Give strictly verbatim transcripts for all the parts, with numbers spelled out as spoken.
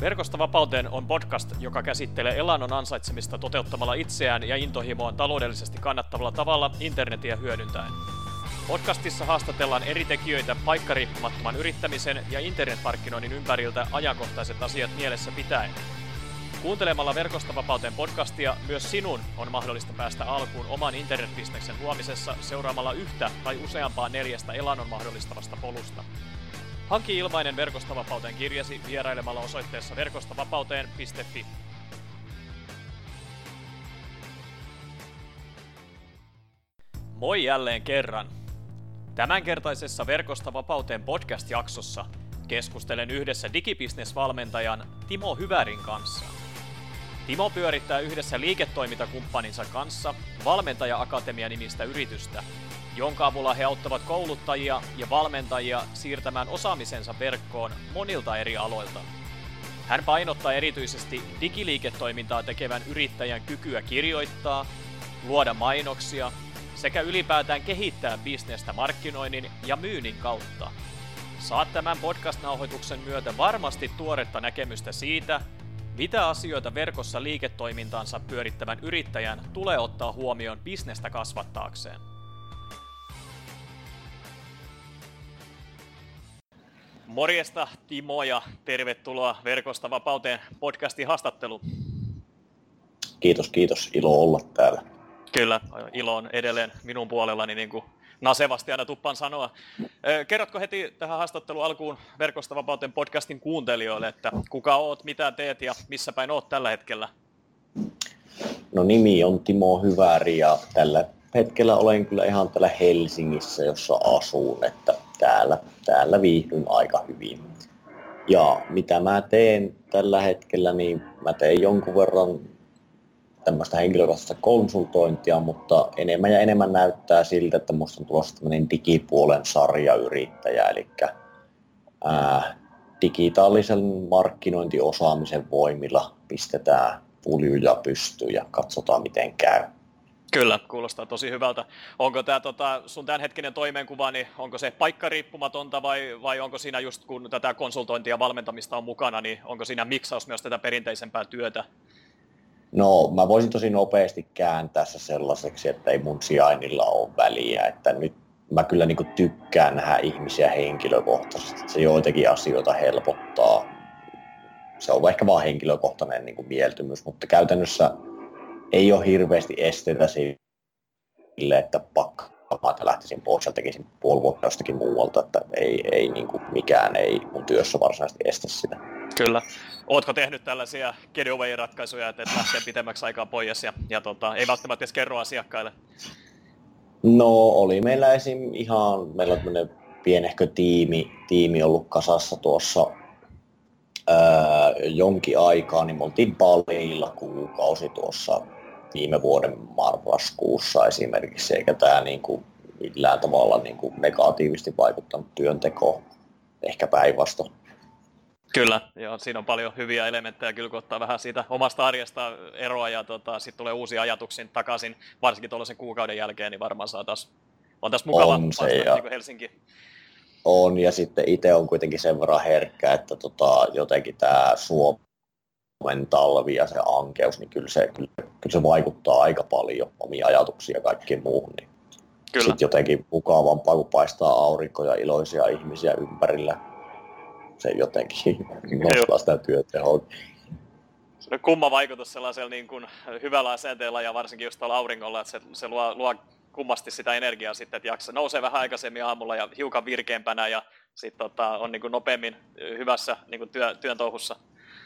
Verkosta vapauteen on podcast, joka käsittelee elannon ansaitsemista toteuttamalla itseään ja intohimoaan taloudellisesti kannattavalla tavalla internetiä hyödyntäen. Podcastissa haastatellaan eri tekijöitä paikkariippumattoman yrittämisen ja internetmarkkinoinnin ympäriltä ajankohtaiset asiat mielessä pitäen. Kuuntelemalla Verkosta vapauteen podcastia myös sinun on mahdollista päästä alkuun oman internetbisneksen luomisessa seuraamalla yhtä tai useampaa neljästä elannon mahdollistavasta polusta. Hanki ilmainen Verkosta vapauteen kirjasi vierailemalla osoitteessa verkostavapauteen piste fi. Moi jälleen kerran! Tämänkertaisessa Verkosta vapauteen podcast-jaksossa keskustelen yhdessä digibisnesvalmentajan Timo Hyvärin kanssa. Timo pyörittää yhdessä liiketoimintakumppaninsa kanssa Valmentaja Akatemia-nimistä yritystä, jonka avulla he auttavat kouluttajia ja valmentajia siirtämään osaamisensa verkkoon monilta eri aloilta. Hän painottaa erityisesti digiliiketoimintaa tekevän yrittäjän kykyä kirjoittaa, luoda mainoksia sekä ylipäätään kehittää bisnestä markkinoinnin ja myynnin kautta. Saat tämän podcast-nauhoituksen myötä varmasti tuoretta näkemystä siitä, mitä asioita verkossa liiketoimintaansa pyörittävän yrittäjän tulee ottaa huomioon bisnestä kasvattaakseen. Morjesta Timo ja tervetuloa Verkosta vapauteen podcastin haastatteluun. Kiitos, kiitos. Ilo olla täällä. Kyllä, ilo on edelleen minun puolellani, niin kuin nasevasti aina tuppaan sanoa. Kerrotko heti tähän haastattelun alkuun Verkosta vapauteen podcastin kuuntelijoille, että kuka oot, mitä teet ja missä päin oot tällä hetkellä? No nimi on Timo Hyväri ja tällä hetkellä olen kyllä ihan täällä Helsingissä, jossa asun, että täällä, täällä viihdyn aika hyvin. Ja mitä mä teen tällä hetkellä, niin mä teen jonkun verran tämmöistä henkilökohtaista konsultointia, mutta enemmän ja enemmän näyttää siltä, että musta on tulossa tämmöinen digipuolen sarjayrittäjä, eli ää, digitaalisen markkinointiosaamisen voimilla pistetään puljuja pystyyn ja katsotaan miten käy. Kyllä, kuulostaa tosi hyvältä. Onko tämä tota, sun tämänhetkinen toimenkuva, niin onko se paikkariippumatonta vai, vai onko siinä just kun tätä konsultointia ja valmentamista on mukana, niin onko siinä miksaus myös tätä perinteisempää työtä? No mä voisin tosi nopeasti kääntää se sellaiseksi, että ei mun sijainnilla ole väliä, että nyt mä kyllä niin kuin tykkään nähdä ihmisiä henkilökohtaisesti, se joitakin asioita helpottaa. Se on ehkä vaan henkilökohtainen niin kuin mieltymys, mutta käytännössä ei ole hirveästi esteitä sille, että pakka mä lähtisin pois ja tekisin puoli vuotta jostakin muualta, että ei, ei niin kuin mikään ei mun työssä varsinaisesti estä sitä. Kyllä. Ootko tehnyt tällaisia getaway-ratkaisuja, että et lähtee pitemmäksi aikaa pois ja, ja tota, ei välttämättä edes kerro asiakkaille? No oli meillä esim. Ihan, meillä on tämmöinen pienehkö tiimi, tiimi ollut kasassa tuossa ää, jonkin aikaa, niin me oltiin Balilla kuukausi tuossa viime vuoden marraskuussa esimerkiksi, eikä tämä niin kuin millään tavalla niin kuin negatiivisesti vaikuttanut työntekoon, ehkä päinvastoin. Kyllä, joo, siinä on paljon hyviä elementtejä, kyllä kun ottaa vähän siitä omasta arjesta eroa ja tota, sitten tulee uusia ajatuksia takaisin, varsinkin tuollaisen kuukauden jälkeen, niin varmaan saa taas, on tässä mukava on vastata ja, niin kuin Helsinki. On, ja sitten itse on kuitenkin sen verran herkkä, että tota, jotenkin tämä Suomen talvi ja se ankeus, niin kyllä se, kyllä, kyllä se vaikuttaa aika paljon omia ajatuksia ja kaikkiin muuhun. Niin sitten jotenkin mukavampaa, kun paistaa aurinko ja iloisia ihmisiä ympärillä. Se jotenkin nostaa sitä työtehoa. Se on kumma vaikutus sellaisella niin kuin hyvällä asenteella ja varsinkin just tuolla auringolla, että se, se luo, luo kummasti sitä energiaa sitten, että jaksa, nousee vähän aikaisemmin aamulla ja hiukan virkeämpänä ja sitten tota, on niin kuin nopeammin hyvässä niin kuin työ, työn touhussa.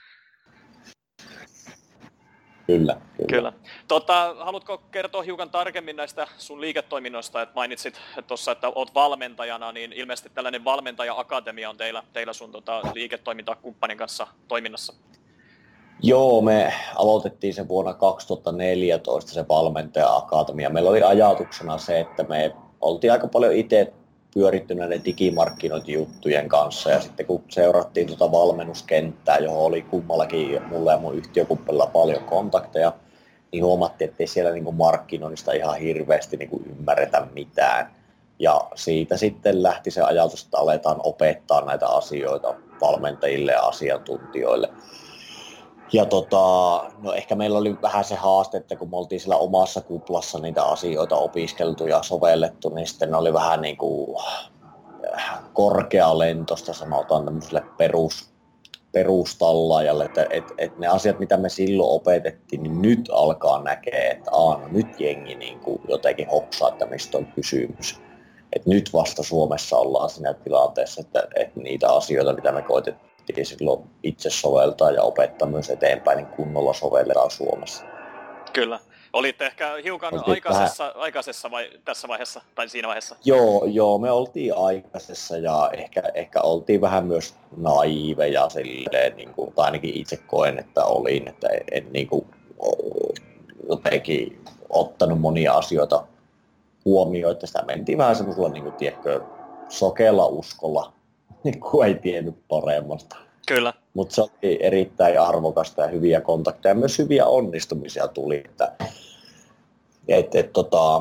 Kyllä. Kyllä. Kyllä. Tota, haluatko kertoa hiukan tarkemmin näistä sun liiketoiminnoista, että mainitsit tuossa, että olet valmentajana, niin ilmeisesti tällainen valmentaja-akatemia on teillä, teillä sun tota, liiketoimintakumppanin kanssa toiminnassa. Joo, me aloitettiin se vuonna kaksituhattaneljätoista se valmentaja-akatemia. Meillä oli ajatuksena se, että me oltiin aika paljon itse pyöritty näiden digimarkkinointijuttujen kanssa ja sitten kun seurattiin tuota valmennuskenttää, johon oli kummallakin mulla ja mun yhtiökumppanilla paljon kontakteja, niin huomattiin, että ei siellä niin kuin markkinoinnista ihan hirveästi niin kuin ymmärretä mitään. Ja siitä sitten lähti se ajatus, että aletaan opettaa näitä asioita valmentajille ja asiantuntijoille. Ja tota, no ehkä meillä oli vähän se haaste, että kun me oltiin siellä omassa kuplassa niitä asioita opiskeltu ja sovellettu, niin sitten ne oli vähän niin kuin korkealentosta sanotaan tämmöiselle perus, perustallaajalle, että et, et ne asiat, mitä me silloin opetettiin, niin nyt alkaa näkee, että aa, no nyt jengi niin kuin jotenkin hoksaa, että mistä on kysymys. Et nyt vasta Suomessa ollaan siinä tilanteessa, että, että niitä asioita, mitä me koitettiin silloin itse soveltaa ja opettaa myös eteenpäin, niin kunnolla sovelletaan Suomessa. Kyllä. Olitte ehkä hiukan aikaisessa, vähän... aikaisessa vai tässä vaiheessa, tai siinä vaiheessa? Joo, joo, me oltiin aikaisessa ja ehkä, ehkä oltiin vähän myös naiveja silleen, niin kuin, tai ainakin itse koen, että olin, että en, en niin kuin, jotenkin ottanut monia asioita huomioon, että sitä mentiin vähän semmoisella, niin kuin, tiedätkö, sokealla uskolla, niin kuin ei tiennyt paremmasta. Kyllä. Mutta se oli erittäin arvokasta ja hyviä kontakteja, myös hyviä onnistumisia tuli, että et, et, tota,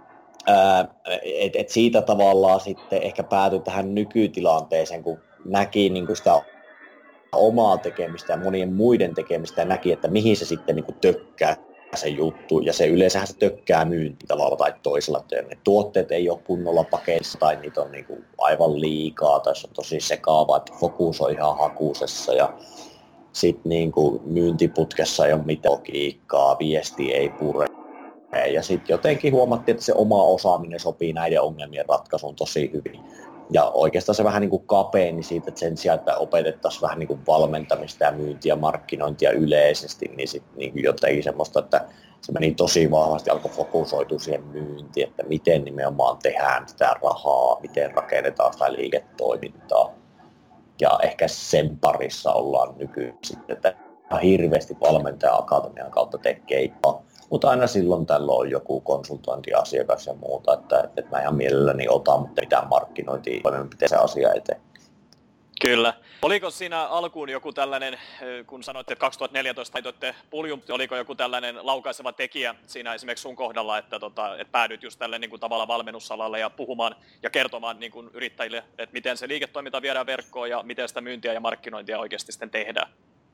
et, et siitä tavallaan sitten ehkä päätyi tähän nykytilanteeseen, kun näki niin kuin sitä omaa tekemistä ja monien muiden tekemistä ja näki, että mihin se sitten niin kuin tökkää se juttu, ja se yleensähän se tökkää myynti tavalla tai toisella. Ne tuotteet ei ole kunnolla paketissa tai niitä on niin kuin aivan liikaa tai se on tosi sekaava, että fokus on ihan hakusessa ja sitten niin kuin myyntiputkessa ei ole mitään logiikkaa, viesti ei pure. Ja sitten jotenkin huomattiin, että se oma osaaminen sopii näiden ongelmien ratkaisuun tosi hyvin. Ja oikeastaan se vähän niin kuin kapeeni siitä, että sen sijaan, että opetettaisiin vähän niin kuin valmentamista ja myyntiä, markkinointia yleisesti, niin sitten niin jotenkin semmoista, että se meni tosi vahvasti, alkoi fokusoitua siihen myyntiin, että miten nimenomaan tehdään sitä rahaa, miten rakennetaan sitä liiketoimintaa. Ja ehkä sen parissa ollaan nykyään sitten, että hirveästi valmentaja-akatemian kautta tekee, mutta aina silloin tällöin on joku konsultointiasiakas ja muuta, että, että mä ihan mielelläni otan, mutta mitään markkinointia toimenpiteen se asia eteen. Kyllä. Oliko siinä alkuun joku tällainen, kun sanoitte, että kaksituhattaneljätoista laitoitte Puljum, oliko joku tällainen laukaiseva tekijä siinä esimerkiksi sun kohdalla, että, tota, että päädyt just tälle niin kuin tavallaan valmennusalalle ja puhumaan ja kertomaan niin kuin yrittäjille, että miten se liiketoiminta viedään verkkoon ja miten sitä myyntiä ja markkinointia oikeasti sitten tehdään?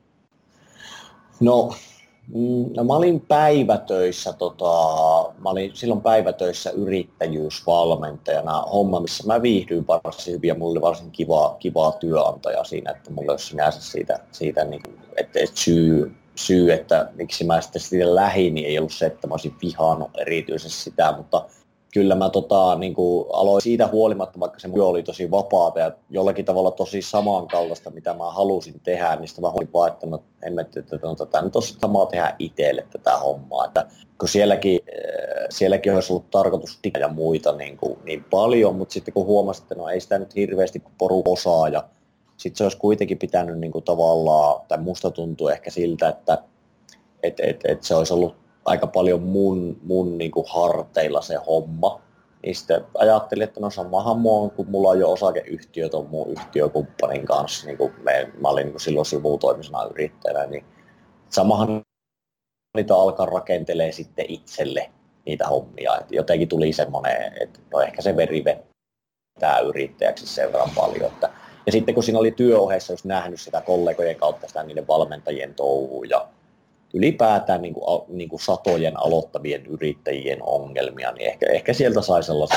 No, no mä olin päivätöissä, tota, mä olin silloin päivätöissä yrittäjyysvalmentajana homma, missä mä viihdyin varsin hyvin ja mulla oli varsin kiva, kiva työnantaja siinä, että mulla olisi sinänsä siitä, siitä niin, että syy, syy, että miksi mä sitten siitä lähdin, niin ei ollut se, että mä olisin vihannut erityisesti sitä, mutta kyllä mä tota, niin kuin aloin siitä huolimatta, vaikka se työ oli tosi vapaata ja jollakin tavalla tosi samankaltaista, mitä mä halusin tehdä, niin sitä mä olin vaan, että no, en mä, että no, tätä nyt olisi samaa tehdä itselle tätä hommaa. Että, kun sielläkin, sielläkin olisi ollut tarkoitus tehdä ja muita niin, kuin, niin paljon, mutta sitten kun huomasin, että no ei sitä nyt hirveästi poru osaa ja sitten se olisi kuitenkin pitänyt niin kuin tavallaan, tai musta tuntuu ehkä siltä, että et, et, et se olisi ollut aika paljon mun, mun niin kuin harteilla se homma. Niin sitten ajattelin, että no samahan mua, kun mulla on jo osakeyhtiö tuon mun yhtiökumppanin kanssa, niin kuin me, mä olin niin kuin silloin sivutoimisena yrittäjänä, niin samahan niitä alkaa rakentelee sitten itselle niitä hommia. Et jotenkin tuli semmoinen, että no ehkä se veri vetää yrittäjäksi sen verran paljon. Että, ja sitten kun siinä oli työohjeessa just nähnyt sitä kollegojen kautta sitä niiden valmentajien touhua ja ylipäätään niin kuin, niin kuin satojen aloittavien yrittäjien ongelmia, niin ehkä, ehkä sieltä sai sellaisen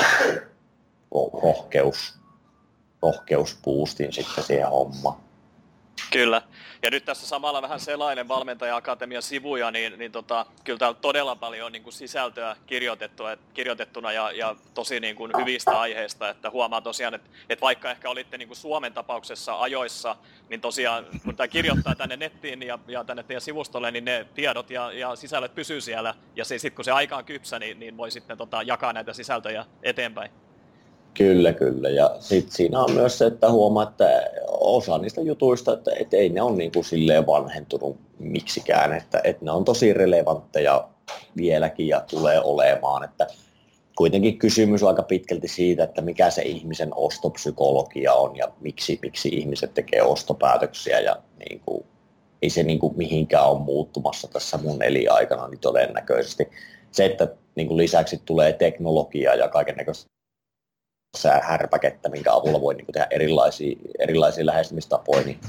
rohkeus, rohkeusboostin sitten siihen hommaan. Kyllä. Ja nyt tässä samalla vähän selainen valmentaja-akatemian sivuja, niin, niin tota, kyllä täällä todella paljon niin kuin sisältöä kirjoitettu, et, kirjoitettuna ja, ja tosi niin kuin hyvistä aiheista, että huomaa tosiaan, että, että vaikka ehkä olitte niin kuin Suomen tapauksessa ajoissa, niin tosiaan kun tämä kirjoittaa tänne nettiin ja, ja tänne teidän sivustolle, niin ne tiedot ja, ja sisällöt pysyy siellä, ja sitten kun se aika on kypsä, niin, niin voi sitten tota, jakaa näitä sisältöjä eteenpäin. Kyllä, kyllä. Ja sitten siinä on myös se, että huomaa, että osa niistä jutuista, että et ei ne ole niin kuin silleen vanhentunut miksikään, että et ne on tosi relevantteja vieläkin ja tulee olemaan. Että kuitenkin kysymys on aika pitkälti siitä, että mikä se ihmisen ostopsykologia on ja miksi, miksi ihmiset tekee ostopäätöksiä ja niin kuin, ei se niin kuin mihinkään ole muuttumassa tässä mun elinaikana niin todennäköisesti. Se, että niin kuin lisäksi tulee teknologiaa ja kaikennäköistä härpäkettä, minkä avulla voi niin kuin tehdä erilaisia, erilaisia lähestymistapoja, niin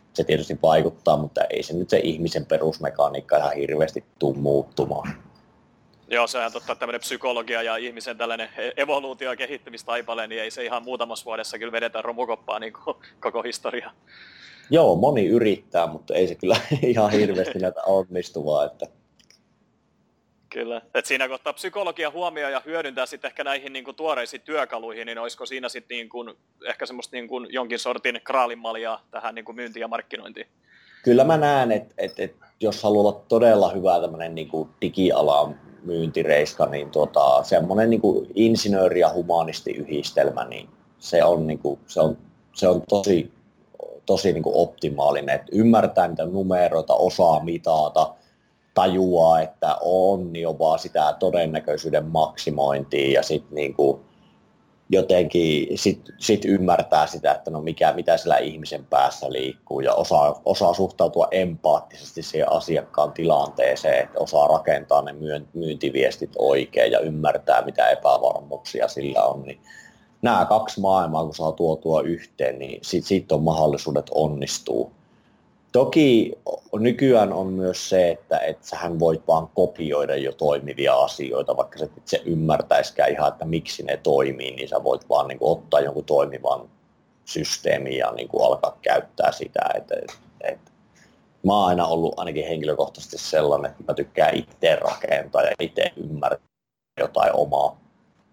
se tietysti vaikuttaa, mutta ei se nyt se ihmisen perusmekaniikka ihan hirveästi tule muuttumaan. Joo, se on totta, että tämmöinen psykologia ja ihmisen tällainen evoluutio- ja kehittymistaipale, niin ei se ihan muutamassa vuodessa kyllä vedetä romukoppaa niin kuin koko historia. Joo, moni yrittää, mutta ei se kyllä ihan hirveästi näitä onnistuvaa. Että... Kyllä. Et siinä kohtaa psykologia huomioon ja hyödyntää sitten ehkä näihin niin kuin tuoreisiin työkaluihin, niin olisiko siinä sitten niin kuin, ehkä semmoista niin kuin jonkin sortin kraalinmaljaa tähän niin kuin myyntiin ja markkinointiin? Kyllä mä näen, että, että, että jos haluaa olla todella hyvä tämmöinen niin kuin digialan myyntireiska, niin tuota, semmoinen niin kuin insinööri- ja humanistiyhdistelmä, niin se on, niin kuin, se on, se on tosi, tosi niin kuin optimaalinen, että ymmärtää niitä numeroita, osaa mitata, tajuaa, että onni on vaan sitä todennäköisyyden maksimointia ja sitten niin kuin jotenkin sit, sit ymmärtää sitä, että no mikä, mitä siellä ihmisen päässä liikkuu ja osaa, osaa suhtautua empaattisesti siihen asiakkaan tilanteeseen, että osaa rakentaa ne myyntiviestit oikein ja ymmärtää, mitä epävarmuuksia sillä on. Niin nämä kaksi maailmaa, kun saa tuotua yhteen, niin sit, siitä on mahdollisuudet onnistuu. Toki nykyään on myös se, että et sähän voit vaan kopioida jo toimivia asioita, vaikka sä et itse ymmärtäisikään ihan, että miksi ne toimii, niin sä voit vaan niin kuin ottaa jonkun toimivan systeemin ja niin kuin alkaa käyttää sitä. Et, et, et. Mä oon aina ollut ainakin henkilökohtaisesti sellainen, että mä tykkään itse rakentaa ja itse ymmärtää jotain omaa.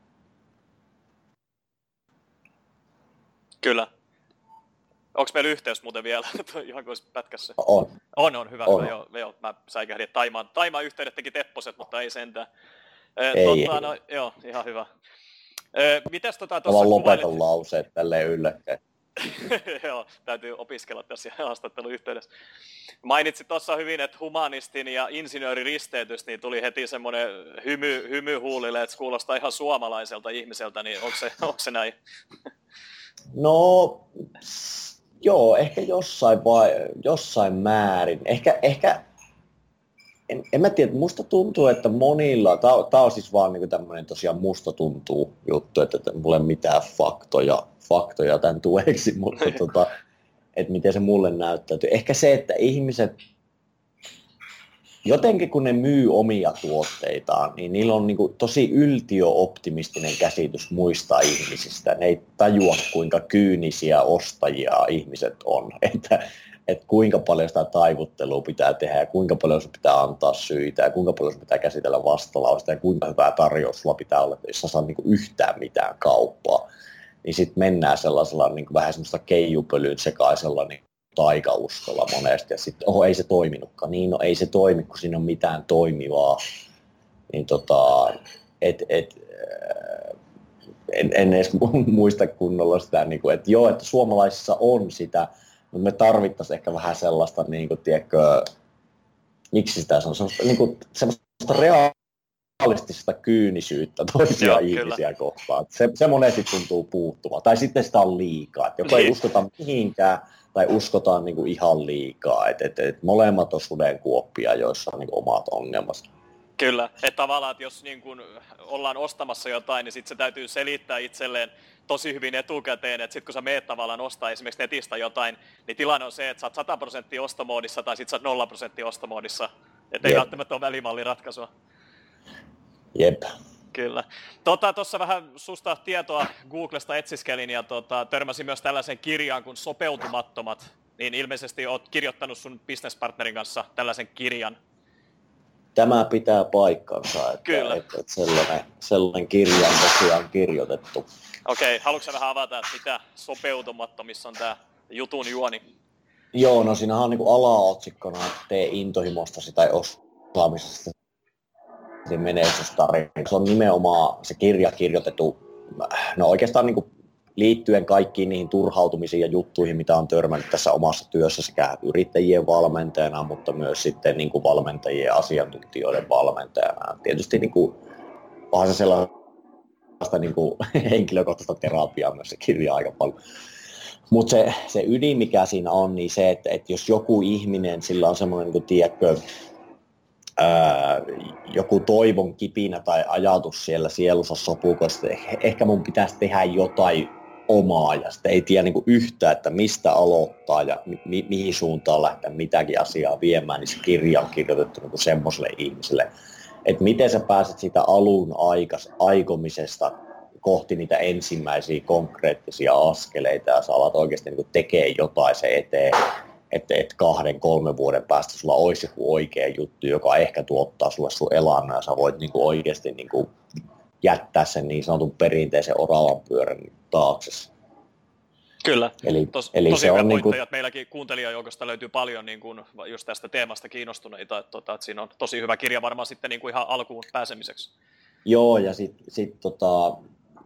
Kyllä. Onko meillä yhteys muuten vielä? Ihan kuin pätkässä. On. On, on. Hyvä. On. Hyvä. Joo, joo, mä säikähdin, että Taimaan, Taimaan yhteydet teki tepposet, mutta ei sentään. Ei, tota, ei. no, joo, ihan hyvä. E, mitäs tota tuossa Haluan kuvailit? lopetan lauseet tälleen ylläkkäin. Joo, täytyy opiskella tässä haastattelun yhteydessä. Mainitsit tuossa hyvin, että humanistin ja insinööriristeytys, niin tuli heti semmoinen hymy, hymy huulille, että se kuulostaa ihan suomalaiselta ihmiseltä, niin onko se, onko se näin? No, joo, ehkä jossain, vai, jossain määrin. Ehkä, ehkä en, en mä tiedä, musta tuntuu, että monilla, tää on siis vaan niinku tämmöinen tosiaan musta tuntuu juttu, että mulla ei ole mitään faktoja, faktoja tämän tueksi, mutta tota, että miten se mulle näyttäytyy. Ehkä se, että ihmiset, jotenkin kun ne myy omia tuotteitaan, niin niillä on niinku tosi yltiöoptimistinen käsitys muista ihmisistä. Ne ei tajua, kuinka kyynisiä ostajia ihmiset on. Että, että kuinka paljon sitä taivuttelua pitää tehdä ja kuinka paljon se pitää antaa syitä ja kuinka paljon se pitää käsitellä vastalausta ja kuinka hyvää tarjous sulla pitää olla, jos sä saa niinku yhtään mitään kauppaa. Niin sitten mennään sellaisella niinku vähän semmoista keijupölyyn sekaisella niin taikauskolla monesti, ja sitten oho, ei se toiminutkaan. Niin, no ei se toimi, kun siinä on mitään toimivaa. Niin tota, et, et, en, en edes muista kunnolla sitä, niin kuin, että joo, että suomalaisissa on sitä, mutta me tarvittaisiin ehkä vähän sellaista, niin kuin, tiedätkö, miksi sitä on, semmoista, niin kuin, semmoista realistista kyynisyyttä toisia joo, ihmisiä kyllä kohtaan. Se, se monesti tuntuu puuttumaan. Tai sitten sitä on liikaa, että joko ei uskota mihinkään, tai uskotaan niin kuin ihan liikaa, että et, et molemmat on sudenkuoppia, joissa on niin kuin omat ongelmat. Kyllä, että tavallaan, että jos niin kuin ollaan ostamassa jotain, niin sitten se täytyy selittää itselleen tosi hyvin etukäteen, että sitten kun sä meet tavallaan ostaa esimerkiksi netistä jotain, niin tilanne on se, että sä oot sata prosenttia ostomoodissa tai sitten sä oot nolla prosenttia ostomoodissa, että ei Jep. välttämättä ole välimalliratkaisua. Jep. Kyllä. Tuossa tota, vähän susta tietoa Googlesta etsiskelin ja tota, törmäsin myös tällaisen kirjaan kuin Sopeutumattomat, niin ilmeisesti olet kirjoittanut sun businesspartnerin kanssa tällaisen kirjan. Tämä pitää paikkansa, että, Kyllä. että, että sellainen, sellainen kirja on tosiaan kirjoitettu. Okei, haluatko vähän avata, että mitä Sopeutumattomissa on tämä jutun juoni? Joo, no siinähän on niin kuin alaotsikkona, että tee intohimostasi tai osaamisesta menestystarina. Se on nimenomaan se kirja kirjoitettu, no oikeastaan niin kuin liittyen kaikkiin niihin turhautumisiin ja juttuihin, mitä on törmännyt tässä omassa työssä sekä yrittäjien valmentajana, mutta myös sitten niin kuin valmentajien ja asiantuntijoiden valmentajana. Tietysti niin kuin, onhan se sellaista niin kuin henkilökohtaista terapiaa myös se kirja aika paljon. Mutta se, se ydin, mikä siinä on, niin se, että, että jos joku ihminen, sillä on semmoinen, niin kuin, tiedätkö, ää, joku toivon kipinä tai ajatus siellä sielussa sopukossa, että ehkä mun pitäisi tehdä jotain omaa ja sitten ei tiedä niin kuin yhtään, että mistä aloittaa ja mi- mihin suuntaan lähteä mitäkin asiaa viemään, niin se kirja on kirjoitettu niin kuin semmoiselle ihmiselle, että miten sä pääset siitä alun aikas, aikomisesta kohti niitä ensimmäisiä konkreettisia askeleita ja sä alat oikeasti niin tekemään jotain se eteen, että et kahden, kolmen vuoden päästä sulla olisi joku oikea juttu, joka ehkä tuottaa sulle sun elannon ja sä voit niin kuin oikeasti niin kuin jättää sen niin sanotun perinteisen oravan pyörän taakse. Kyllä, eli, Tos, eli tosi se hyvä on pointti, niin että meilläkin kuuntelijajoukosta löytyy paljon niin kuin, just tästä teemasta kiinnostuneita, että, että, että siinä on tosi hyvä kirja varmaan sitten niin kuin ihan alkuun pääsemiseksi. Joo, ja sitten sit, tota,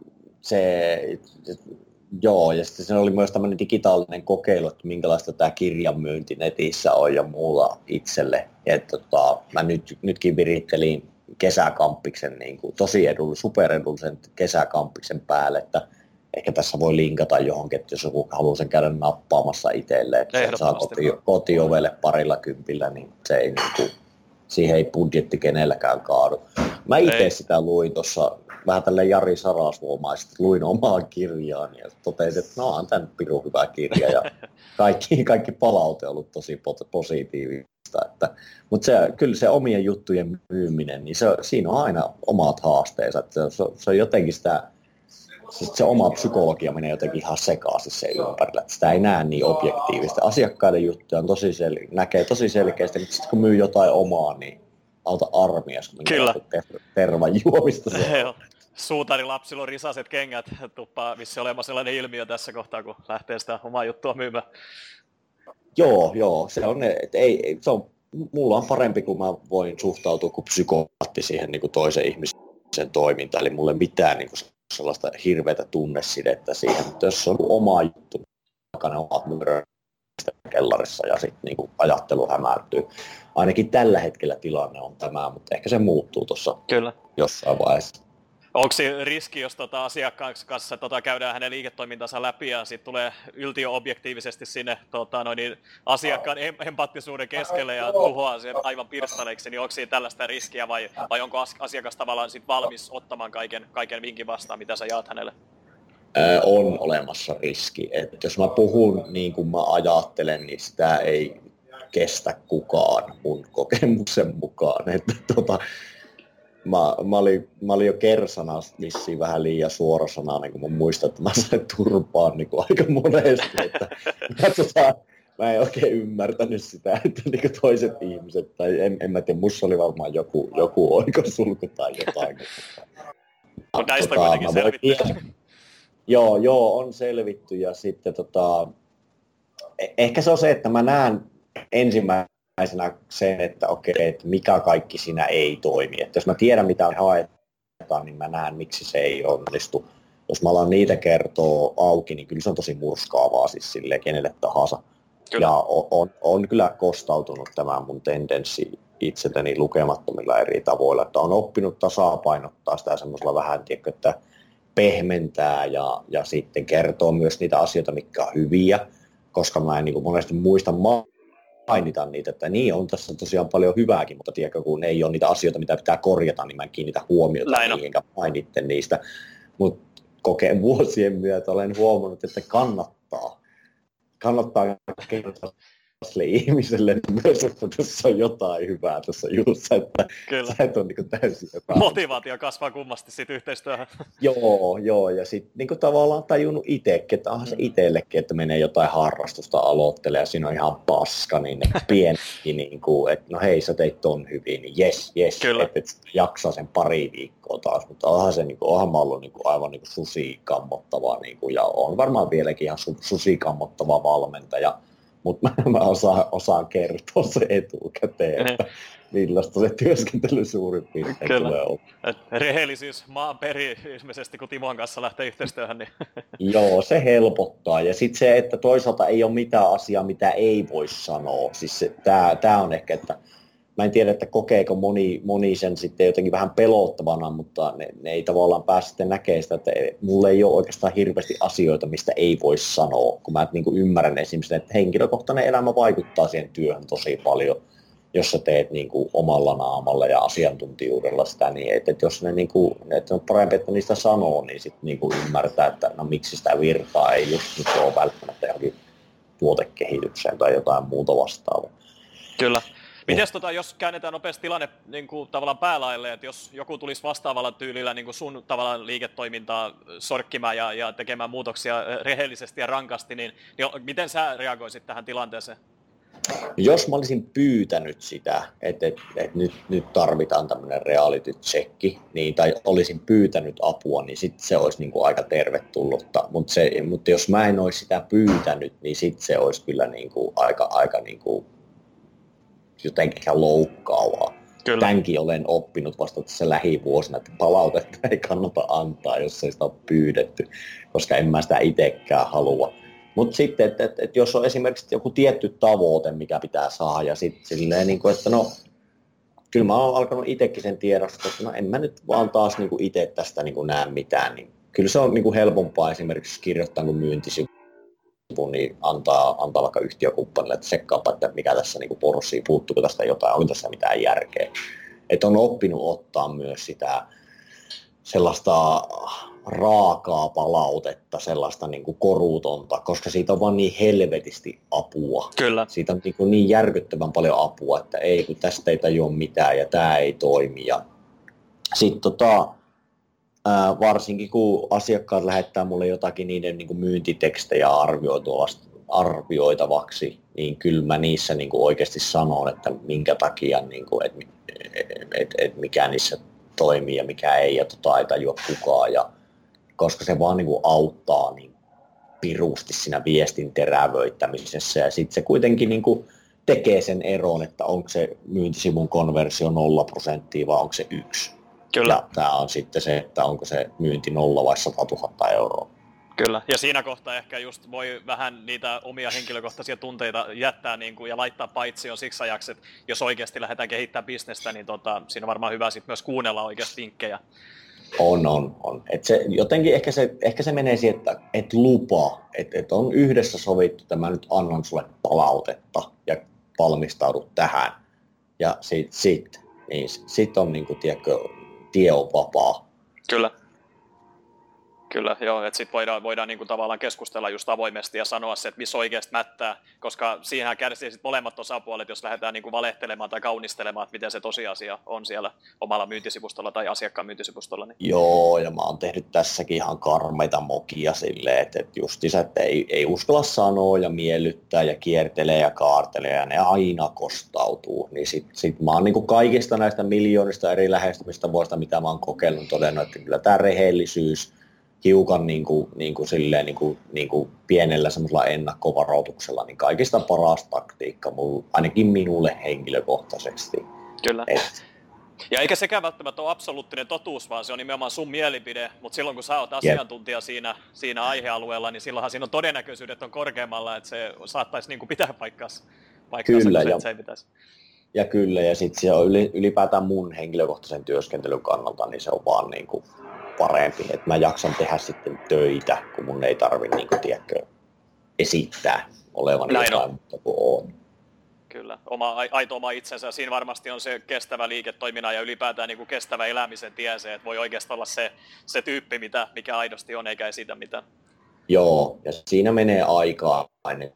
se, joo, ja sitten se oli myös tämmöinen digitaalinen kokeilu, että minkälaista tämä kirjanmyynti netissä on ja muulla itselle. Et, tota, mä nyt, nytkin virittelin kesäkamppiksen, niin kuin, tosi edullisen, superedullisen kesäkamppiksen päälle, että ehkä tässä voi linkata johonkin, että jos joku haluaa sen käydä nappaamassa itselleen, että sen saa koti, kotiovelle parilla kympillä, niin se ei niin kuin, siihen ei budjetti kenelläkään kaadu. Mä itse sitä luin tuossa vähän tälleen Jari Sarasvuomaisesti, luin omaa kirjaani ja totesin, että no on tämän pirun hyvä kirja ja kaikki, kaikki palaute on ollut tosi positiivista. Että, mutta se, kyllä se omien juttujen myyminen, niin se, siinä on aina omat haasteensa. Että se, se on jotenkin sitä, se oma psykologia menee jotenkin ihan sekaisin sen ympärillä, että sitä ei näe niin objektiivisesti. Asiakkaiden juttuja on tosi sel- näkee tosi selkeästi, mutta sitten kun myy jotain omaa, niin auta armias, kun Kyllä. ter- tervan juomista se on. Suutarilapsilla on risaset kengät, tuppaa vissi olemaan sellainen ilmiö tässä kohtaa, kun lähtee sitä omaa juttua myymään. Joo, joo, se on, että ei, se on, mulla on parempi, kun mä voin suhtautua kuin psykopaatti siihen niin kuin toisen ihmisen toimintaan, eli mulla ei mitään niin kuin sellaista hirveätä tunnesidettä siihen, mutta jos on oma juttu, ne omat myrät kellarissa ja sitten niin kuin ajattelu hämärtyy. Ainakin tällä hetkellä tilanne on tämä, mutta ehkä se muuttuu tuossa jossain vaiheessa. Onko se riski, jos tota asiakkaan kanssa tota käydään hänen liiketoimintansa läpi ja sitten tulee yltiöobjektiivisesti sinne tota, noin, niin asiakkaan empaattisuuden keskelle ja tuhoaa sen aivan pirstaleiksi, niin onko siinä tällaista riskiä vai, vai onko asiakas tavallaan sit valmis ottamaan kaiken, kaiken vinkin vastaan, mitä sä jaat hänelle? Ää, on olemassa riski. Et jos mä puhun niin kuin mä ajattelen, niin sitä ei kestä kukaan mun kokemuksen mukaan. Että, tota, Mä, mä, olin, mä olin jo kersana vissiin vähän liian suorasanainen, kun mä muistan, että mä sain turpaan niin kuin aika monesti. Että, mä, tota, mä en oikein ymmärtänyt sitä, että niin kuin toiset ihmiset, tai en, en mä tiedä, musta oli varmaan joku, joku oikosulku tai jotain. On näistä tota, kuitenkin selvitty. Joo, joo, on selvitty ja sitten tota, ehkä se on se, että mä näen ensimmäisenä sen, että okei, että mikä kaikki siinä ei toimi. Että jos mä tiedän, mitä haetaan, niin mä näen, miksi se ei onnistu. Jos mä alan niitä kertoa auki, niin kyllä se on tosi murskaavaa siis silleen kenelle tahansa. Kyllä. Ja on, on, on kyllä kostautunut tämä mun tendenssi itselleni lukemattomilla eri tavoilla, että on oppinut tasapainottaa sitä semmoisella vähän, tiedätkö, että pehmentää ja, ja sitten kertoo myös niitä asioita, mitkä on hyviä, koska mä en niin kuin monesti muista mainita niitä, että niin on tässä tosiaan paljon hyvääkin, mutta tiedätkö, kun ei ole niitä asioita, mitä pitää korjata, niin mä en kiinnitä huomiota niihin, enkä mainitte niistä. Mutta kokeen vuosien myötä olen huomannut, että kannattaa. Kannattaa kertoa sille ihmiselle myös, että tässä on jotain hyvää tässä jutussa, että Kyllä. sä et ole niin täysin jotain. Motivaatio kasvaa kummasti siitä yhteistyöhön. Joo, joo, ja sitten niin tavallaan tajunnut itsekin, että onhan se itsellekin, että menee jotain harrastusta aloittelee ja siinä on ihan paska, niin ne pienetkin, niin kuin, että no hei, sä teit ton hyvin, niin jes, jes, että et jaksaa sen pari viikkoa taas, mutta onhan se, niin kuin, onhan mä ollut niin kuin, aivan niin kuin susikammottava, niin kuin, ja on varmaan vieläkin ihan su- susikammottava valmentaja, mutta mä, mä osaan, osaan kertoa se etukäteen, että millaista se työskentely suurin piirtein Kyllä. tulee olla. Rehellisyys maan peri ilmeisesti, kun Timon kanssa lähtee yhteistyöhön. Niin. Joo, se helpottaa. Ja sitten se, että toisaalta ei ole mitään asiaa, mitä ei voi sanoa. Siis tämä on ehkä, että mä en tiedä, että kokeeko moni, moni sen sitten jotenkin vähän pelottavana, mutta ne, ne ei tavallaan pääse sitten näkemään sitä, että mulla ei ole oikeastaan hirveästi asioita, mistä ei voi sanoa. Kun mä niin kuin ymmärrän esimerkiksi, että henkilökohtainen elämä vaikuttaa siihen työhön tosi paljon. jos sä teet niin kuin omalla naamalla ja asiantuntijuudella sitä, niin että, että jos ne, niin kuin, että on parempi, että niistä sanoo, niin sitten niin kuin ymmärtää, että no miksi sitä virtaa ei just nyt ole välttämättä johonkin tuotekehitykseen tai jotain muuta vastaavaa. Kyllä. Mites tota, jos käännetään nopeasti tilanne niin kuin, tavallaan päälaille, että jos joku tulisi vastaavalla tyylillä niin kuin sun tavallaan liiketoimintaa sorkkimaan ja, ja tekemään muutoksia rehellisesti ja rankasti, niin, niin miten sä reagoisit tähän tilanteeseen? Jos mä olisin pyytänyt sitä, että, että, että nyt, nyt tarvitaan tämmöinen reality checki, niin, tai olisin pyytänyt apua, niin sitten se olisi niin kuin aika tervetullutta. Mutta, se, mutta jos mä en olisi sitä pyytänyt, niin sitten se olisi kyllä niin kuin aika, aika niin kuin jotenkin loukkaavaa. Kyllä. Tämänkin olen oppinut vasta tässä lähivuosina, että palautetta ei kannata antaa, jos ei sitä ole pyydetty, koska en mä sitä itsekään halua. Mutta sitten, että et, et jos on esimerkiksi joku tietty tavoite, mikä pitää saada, ja sitten silleen, niin kuin, että no, kyllä mä oon alkanut itsekin sen tiedostaa, että no en mä nyt vaan taas niin kuin itse tästä niin kuin näe mitään. Niin kyllä se on niin kuin helpompaa esimerkiksi kirjoittaa kuin myyntisivu, niin antaa, antaa vaikka yhtiökumppanille, että tsekkaapa, että mikä tässä niin kuin porssii, puuttuuko tästä jotain, onko tässä mitään järkeä. Että on oppinut ottaa myös sitä sellaista raakaa palautetta, sellaista niin kuin koruutonta, koska siitä on vaan niin helvetisti apua. Kyllä. Siitä on niin, kuin niin järkyttävän paljon apua, että ei, kun tästä ei tajua mitään ja tämä ei toimi. Ja sitten tota, ää, varsinkin kun asiakkaat lähettää mulle jotakin niiden niin kuin myyntitekstejä arvioitavaksi, niin kyllä mä niissä niin kuin oikeasti sanon, että minkä takia, niin kuin, että et, et mikä niissä toimii ja mikä ei, ja tota ei tajua kukaan. Ja koska se vaan niin kuin auttaa niin pirusti siinä viestin terävöittämisessä, ja sitten se kuitenkin niin kuin tekee sen eron, että onko se myyntisivun konversio nolla prosenttia vai onko se yksi. Kyllä. Ja tämä on sitten se, että onko se myynti nolla vai sata tuhatta euroa. Kyllä, ja siinä kohtaa ehkä just voi vähän niitä omia henkilökohtaisia tunteita jättää niin kuin, ja laittaa paitsioon siksi ajaksi, että jos oikeasti lähdetään kehittämään bisnestä, niin tota, siinä on varmaan hyvä sit myös kuunnella oikeasti vinkkejä. On, on, on. Et se, jotenkin ehkä se, ehkä se menee siihen, että et lupaa, että et on yhdessä sovittu, että mä nyt annan sulle palautetta ja valmistaudu tähän. Ja sit, sit, niin sit on niin kuin, tiedätkö, tie on vapaa. Kyllä. Kyllä, joo, että sitten voidaan, voidaan niinku tavallaan keskustella just avoimesti ja sanoa se, että missä oikeasti mättää, koska siinähän kärsii sit molemmat osapuolet, jos lähdetään niinku valehtelemaan tai kaunistelemaan, että miten se tosiasia on siellä omalla myyntisivustolla tai asiakkaan myyntisivustolla. Niin. Joo, ja mä oon tehnyt tässäkin ihan karmeita mokia silleen, että, että justiinsa, että ei, ei uskalla sanoa ja miellyttää ja kiertelee ja kaartelee ja ne aina kostautuu. Niin sit, sit mä oon niinku kaikista näistä miljoonista eri lähestymistä vuosista, mitä mä oon kokeillut, todennut, että kyllä tää rehellisyys, hiukan niin kuin, niin kuin silleen, niin kuin, niin kuin pienellä semmoisella ennakkovaroituksella, niin kaikista paras taktiikka, mulla, ainakin minulle henkilökohtaisesti. Kyllä. Et. Ja eikä sekään välttämättä ole absoluuttinen totuus, vaan se on nimenomaan sun mielipide, mutta silloin kun sä oot asiantuntija siinä, siinä aihealueella, niin silloinhan siinä on todennäköisyydet on korkeammalla, että se saattaisi niin kuin pitää paikkaansa, paikkaansa kyllä, kun ja, se ei pitäisi. Ja kyllä, ja sitten se on ylipäätään mun henkilökohtaisen työskentelyn kannalta, niin se on vaan niin kuin parempi, että mä jaksan tehdä sitten töitä, kun mun ei tarvitse niin kuin, tiedätkö, esittää olevani Näin jotain, on. mutta kun on. Kyllä, oma, aito oma itsensä. Siinä varmasti on se kestävä liiketoiminnan ja ylipäätään niin kuin kestävä elämisen tie se, että voi oikeastaan olla se, se tyyppi, mitä, mikä aidosti on, eikä esitä mitään. Joo, ja siinä menee aikaa aina.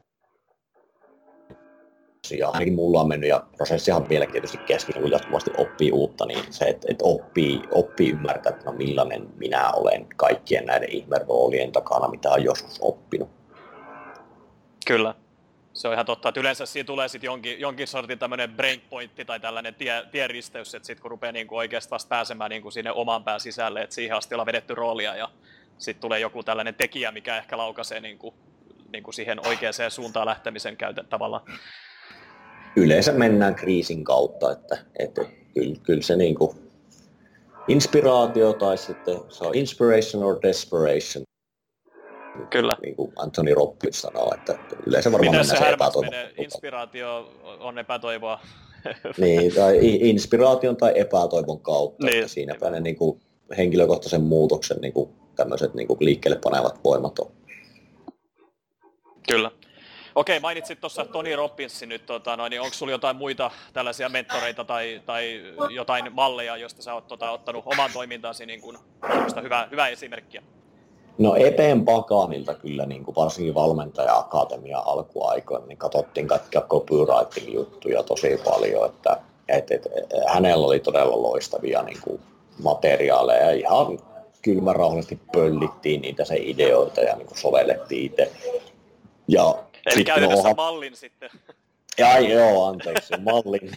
Ja ainakin mulla on mennyt, ja prosessihan vielä tietysti kesken, kun jatkuvasti oppii uutta, niin se, että, että oppii, oppii ymmärtää, että no millainen minä olen kaikkien näiden ihmeroolien takana, mitä on joskus oppinut. Kyllä. Se on ihan totta, että yleensä siinä tulee sitten jonkin, jonkin sortin tämmöinen breakpointti tai tällainen tie, tieristeys, että sitten kun rupeaa niinku oikeasti vasta pääsemään niinku sinne oman pään sisälle, että siihen asti ollaan vedetty roolia ja sitten tulee joku tällainen tekijä, mikä ehkä laukaisee niinku, niinku siihen oikeaan suuntaan lähtemisen käytä tavallaan. Yleensä mennään kriisin kautta, että, että kyllä, kyllä se niinku inspiraatio tai sitten se on inspiration or desperation. Kyllä. Niin kuin Anthony Robbins sanoo, että yleensä varmaan miten mennään se se epätoivon. menee? Inspiraatio on epätoivoa. Niin, tai inspiraation tai epätoivon kautta. Niin. Että siinäpä ne niin kuin henkilökohtaisen muutoksen niin kuin tämmöiset niin kuin liikkeelle panevat voimat on. Kyllä. Okei, mainitsit tuossa Tony Robbinsin nyt, tota, no, niin onko sulla jotain muita tällaisia mentoreita tai, tai jotain malleja, joista sä oot tota, ottanut oman toimintaasi niin kuin, hyvää, hyvää esimerkkiä? No Epen Pakanilta kyllä, niin kuin varsinkin valmentaja-akatemia alkuaikoina, niin katsottiin kaikkia copywriting juttuja tosi paljon, että et, et, hänellä oli todella loistavia niin kuin materiaaleja ja ihan kylmärauhallisesti pöllittiin niitä se ideoita ja niin kuin sovellettiin itse. Ja eli käytännössä onhan... mallin sitten. Ja joo, anteeksi, mallin.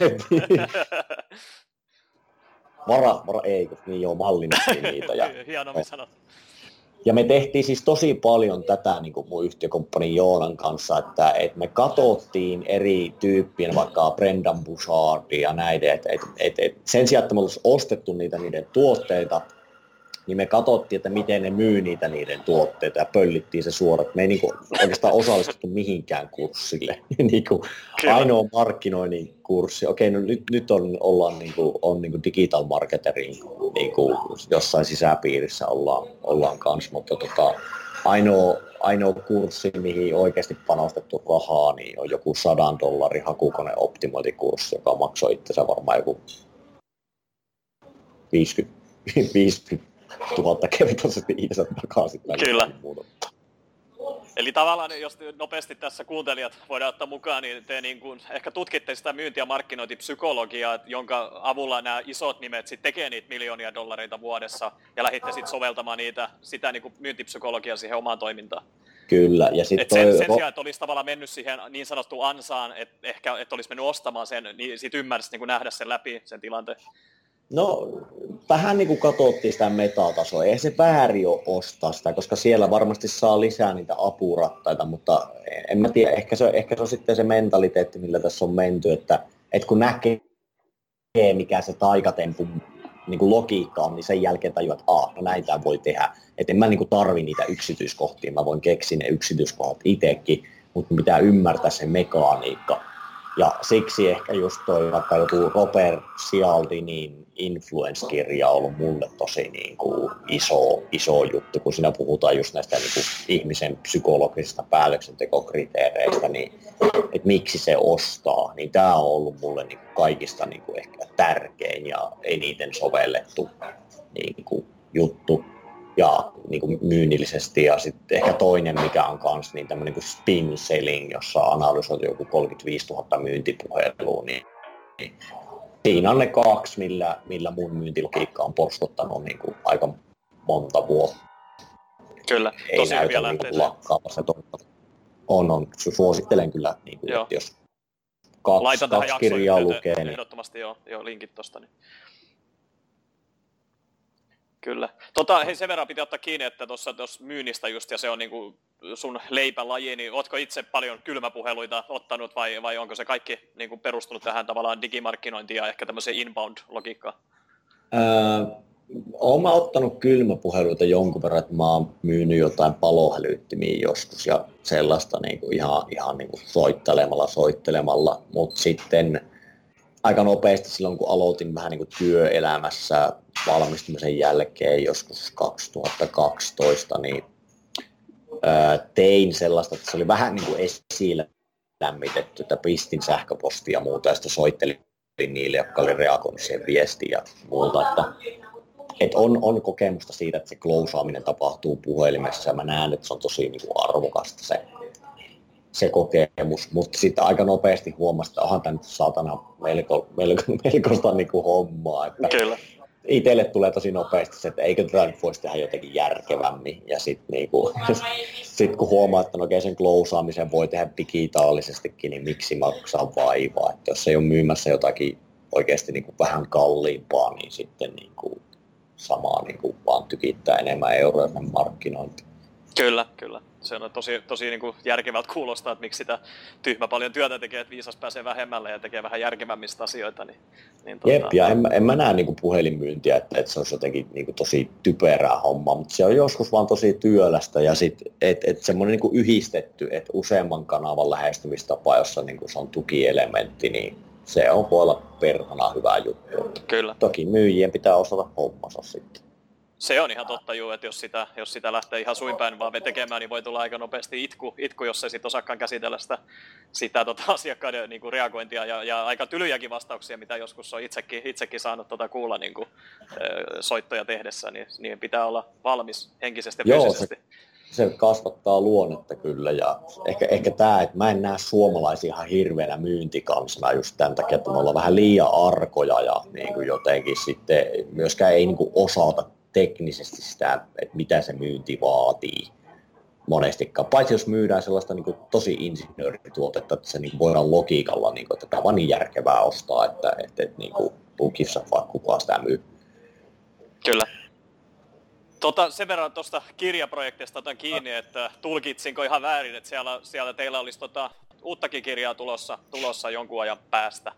Vara, vara, ei, kun niin joo, mallinnettiin niitä. Ja, hienommin sanottu. Ja me tehtiin siis tosi paljon tätä niin kuin mun yhtiökumppani Joonan kanssa, että, että me katsottiin eri tyyppien, vaikka Brendan Bouchardin ja näiden, että, että, että, että sen sijaan, että me olisimme ostettu niitä niiden tuotteita, niin me katsottiin, että miten ne myy niitä niiden tuotteita ja pöllittiin se suoraan. Me ei niin kuin oikeastaan osallistuttu mihinkään kurssille. niin kuin ainoa markkinoinnin kurssi. Okei, no nyt, nyt on, ollaan niin kuin, on niin kuin digital marketerin niin kuin jossain sisäpiirissä ollaan, ollaan kanssa, mutta tota, ainoa, ainoa kurssi, mihin oikeasti panostettu rahaa, niin on joku sadan dollarin hakukone optimointikurssi, joka maksoi itsensä varmaan joku viisikymmentä tuhatta kertaisesti itse takaisin. Kyllä. Eli tavallaan, jos nopeasti tässä kuuntelijat voidaan ottaa mukaan, niin te niin kuin ehkä tutkitte sitä myynti- ja markkinointipsykologiaa, jonka avulla nämä isot nimet sitten tekee niitä miljoonia dollareita vuodessa, ja lähditte sitten soveltamaan niitä, sitä niin kuin myyntipsykologiaa siihen omaan toimintaan. Kyllä. Ja sit et sen, toi... sen sijaan, että olisi tavallaan mennyt siihen niin sanottuun ansaan, että ehkä että olisi mennyt ostamaan sen, niin sitten ymmärsi niin kuin nähdä sen läpi, sen tilanteen. No, vähän niin kuin katsottiin sitä metatasoa. Eihän se väärin ole ostaa sitä, koska siellä varmasti saa lisää niitä apurattaita, mutta en mä tiedä, ehkä se, ehkä se on sitten se mentaliteetti, millä tässä on menty, että, että kun näkee, mikä se taikatempun niin kuin logiikka on, niin sen jälkeen tajuaa, että aah, no näin tämä voi tehdä. Että en mä niin kuin tarvi niitä yksityiskohtia, mä voin keksiä ne yksityiskohdat itsekin, mutta pitää ymmärtää se mekaniikka. Ja siksi ehkä just toi vaikka joku Robert Cialdinin Influence-kirja on ollut mulle tosi niin kuin iso, iso juttu, kun siinä puhutaan just näistä niin kuin ihmisen psykologisista päätöksentekokriteereistä, niin että miksi se ostaa, niin tämä on ollut mulle niin kuin kaikista niin kuin ehkä tärkein ja eniten sovellettu niin kuin juttu. Ja niin kuin myynnillisesti ja sitten ehkä toinen, mikä on kans niin tämmöinen niin kuin spin selling, jossa analysoitu joku kolmekymmentäviisituhatta myyntipuhelua, niin, niin siinä on ne kaksi, millä, millä mun myyntilogiikka on porskottanut niin kuin aika monta vuotta. Kyllä, ei tosi näytä hyviä niin lähteitä. lakkaavassa. On, on. Suosittelen kyllä, niin kuin, että jos kaksi, Laitan kaksi kirjaa lukee. Niin... Ehdottomasti joo, joo linkit tosta. Niin. Kyllä. Tota, hei, sen verran pitää ottaa kiinni, että tuossa myynnistä just, ja se on niinku sun leipälaji, niin ootko itse paljon kylmäpuheluita ottanut, vai, vai onko se kaikki niinku perustunut tähän tavallaan digimarkkinointiin ja ehkä tämmöiseen inbound-logiikkaan? Öö, Olen mä ottanut kylmäpuheluita jonkun verran, että mä oon myynyt jotain palohälyttimiä joskus ja sellaista niinku ihan, ihan niinku soittelemalla, soittelemalla, mutta sitten aika nopeasti silloin, kun aloitin vähän niin kuin työelämässä valmistumisen jälkeen joskus kaksituhattakaksitoista, niin ää, tein sellaista, että se oli vähän niin kuin esillä lämmitetty, että pistin sähköpostia ja muuta, ja sitten soittelin niille, jotka oli reagoinut siihen viestiin ja muuta, että, että on, on kokemusta siitä, että se klousaaminen tapahtuu puhelimessa, ja mä näen, että se on tosi niin kuin arvokasta se se kokemus, mutta sitten aika nopeasti huomasi, että onhan tämä nyt saatana melko, melko, melkoista niin kuin hommaa. Että Kyllä. Itselle tulee tosi nopeasti se, että eikö tätä nyt voisi tehdä jotenkin järkevämmin. Ja sitten niin sit kun huomaa, että no okei, sen klousaamisen voi tehdä digitaalisestikin, niin miksi maksaa vaivaa. Että jos ei ole myymässä jotakin oikeasti niin kuin vähän kalliimpaa, niin sitten niin kuin samaa niin kuin vaan tykittää enemmän euroja markkinointiin. Kyllä, kyllä. Se on tosi, tosi niin kuin järkevältä kuulostaa, että miksi sitä tyhmä paljon työtä tekee, että viisas pääsee vähemmälle ja tekee vähän järkevämmistä asioita. Niin, niin Jep, tota... ja en, en mä näe niin kuin puhelinmyyntiä, että, että se olisi jotenkin niin kuin tosi typerää hommaa, mutta se on joskus vaan tosi työlästä ja sitten että et semmoinen niin kuin yhdistetty, että useamman kanavan lähestymistapa, jossa niin kuin se on tukielementti, niin se on voi olla perhana hyvä juttu. Kyllä. Toki myyjien pitää osata hommansa sitten. Se on ihan totta juu, että jos sitä, jos sitä lähtee ihan suinpäin vaan tekemään, niin voi tulla aika nopeasti itku, itku jos ei sitten osaakaan käsitellä sitä, sitä tota, asiakkaiden niin kuin reagointia ja, ja aika tylyjäkin vastauksia, mitä joskus on itsekin, itsekin saanut tota, kuulla niin kuin, soittoja tehdessä, niin, niin pitää olla valmis henkisesti ja fyysisesti. Se, se kasvattaa luonnetta kyllä ja ehkä, ehkä tämä, että mä en näe suomalaisia ihan hirveänä myyntikansana just tämän takia, että me ollaan vähän liian arkoja ja niin kuin jotenkin sitten myöskään ei niin kuin osata teknisesti sitä, että mitä se myynti vaatii monestikaan. Paitsi jos myydään sellaista niin kuin tosi insinöörituotetta, että se niin kuin voidaan logiikalla, niin kuin, että tämä on vaan niin järkevää ostaa, että, että, että niin kuin Lukissa vaikka kukaan sitä myy. Kyllä. Tota, sen verran tuosta kirjaprojektista otan kiinni, että tulkitsinko ihan väärin, että siellä, siellä teillä olisi tota, uuttakin kirjaa tulossa, tulossa jonkun ajan päästä?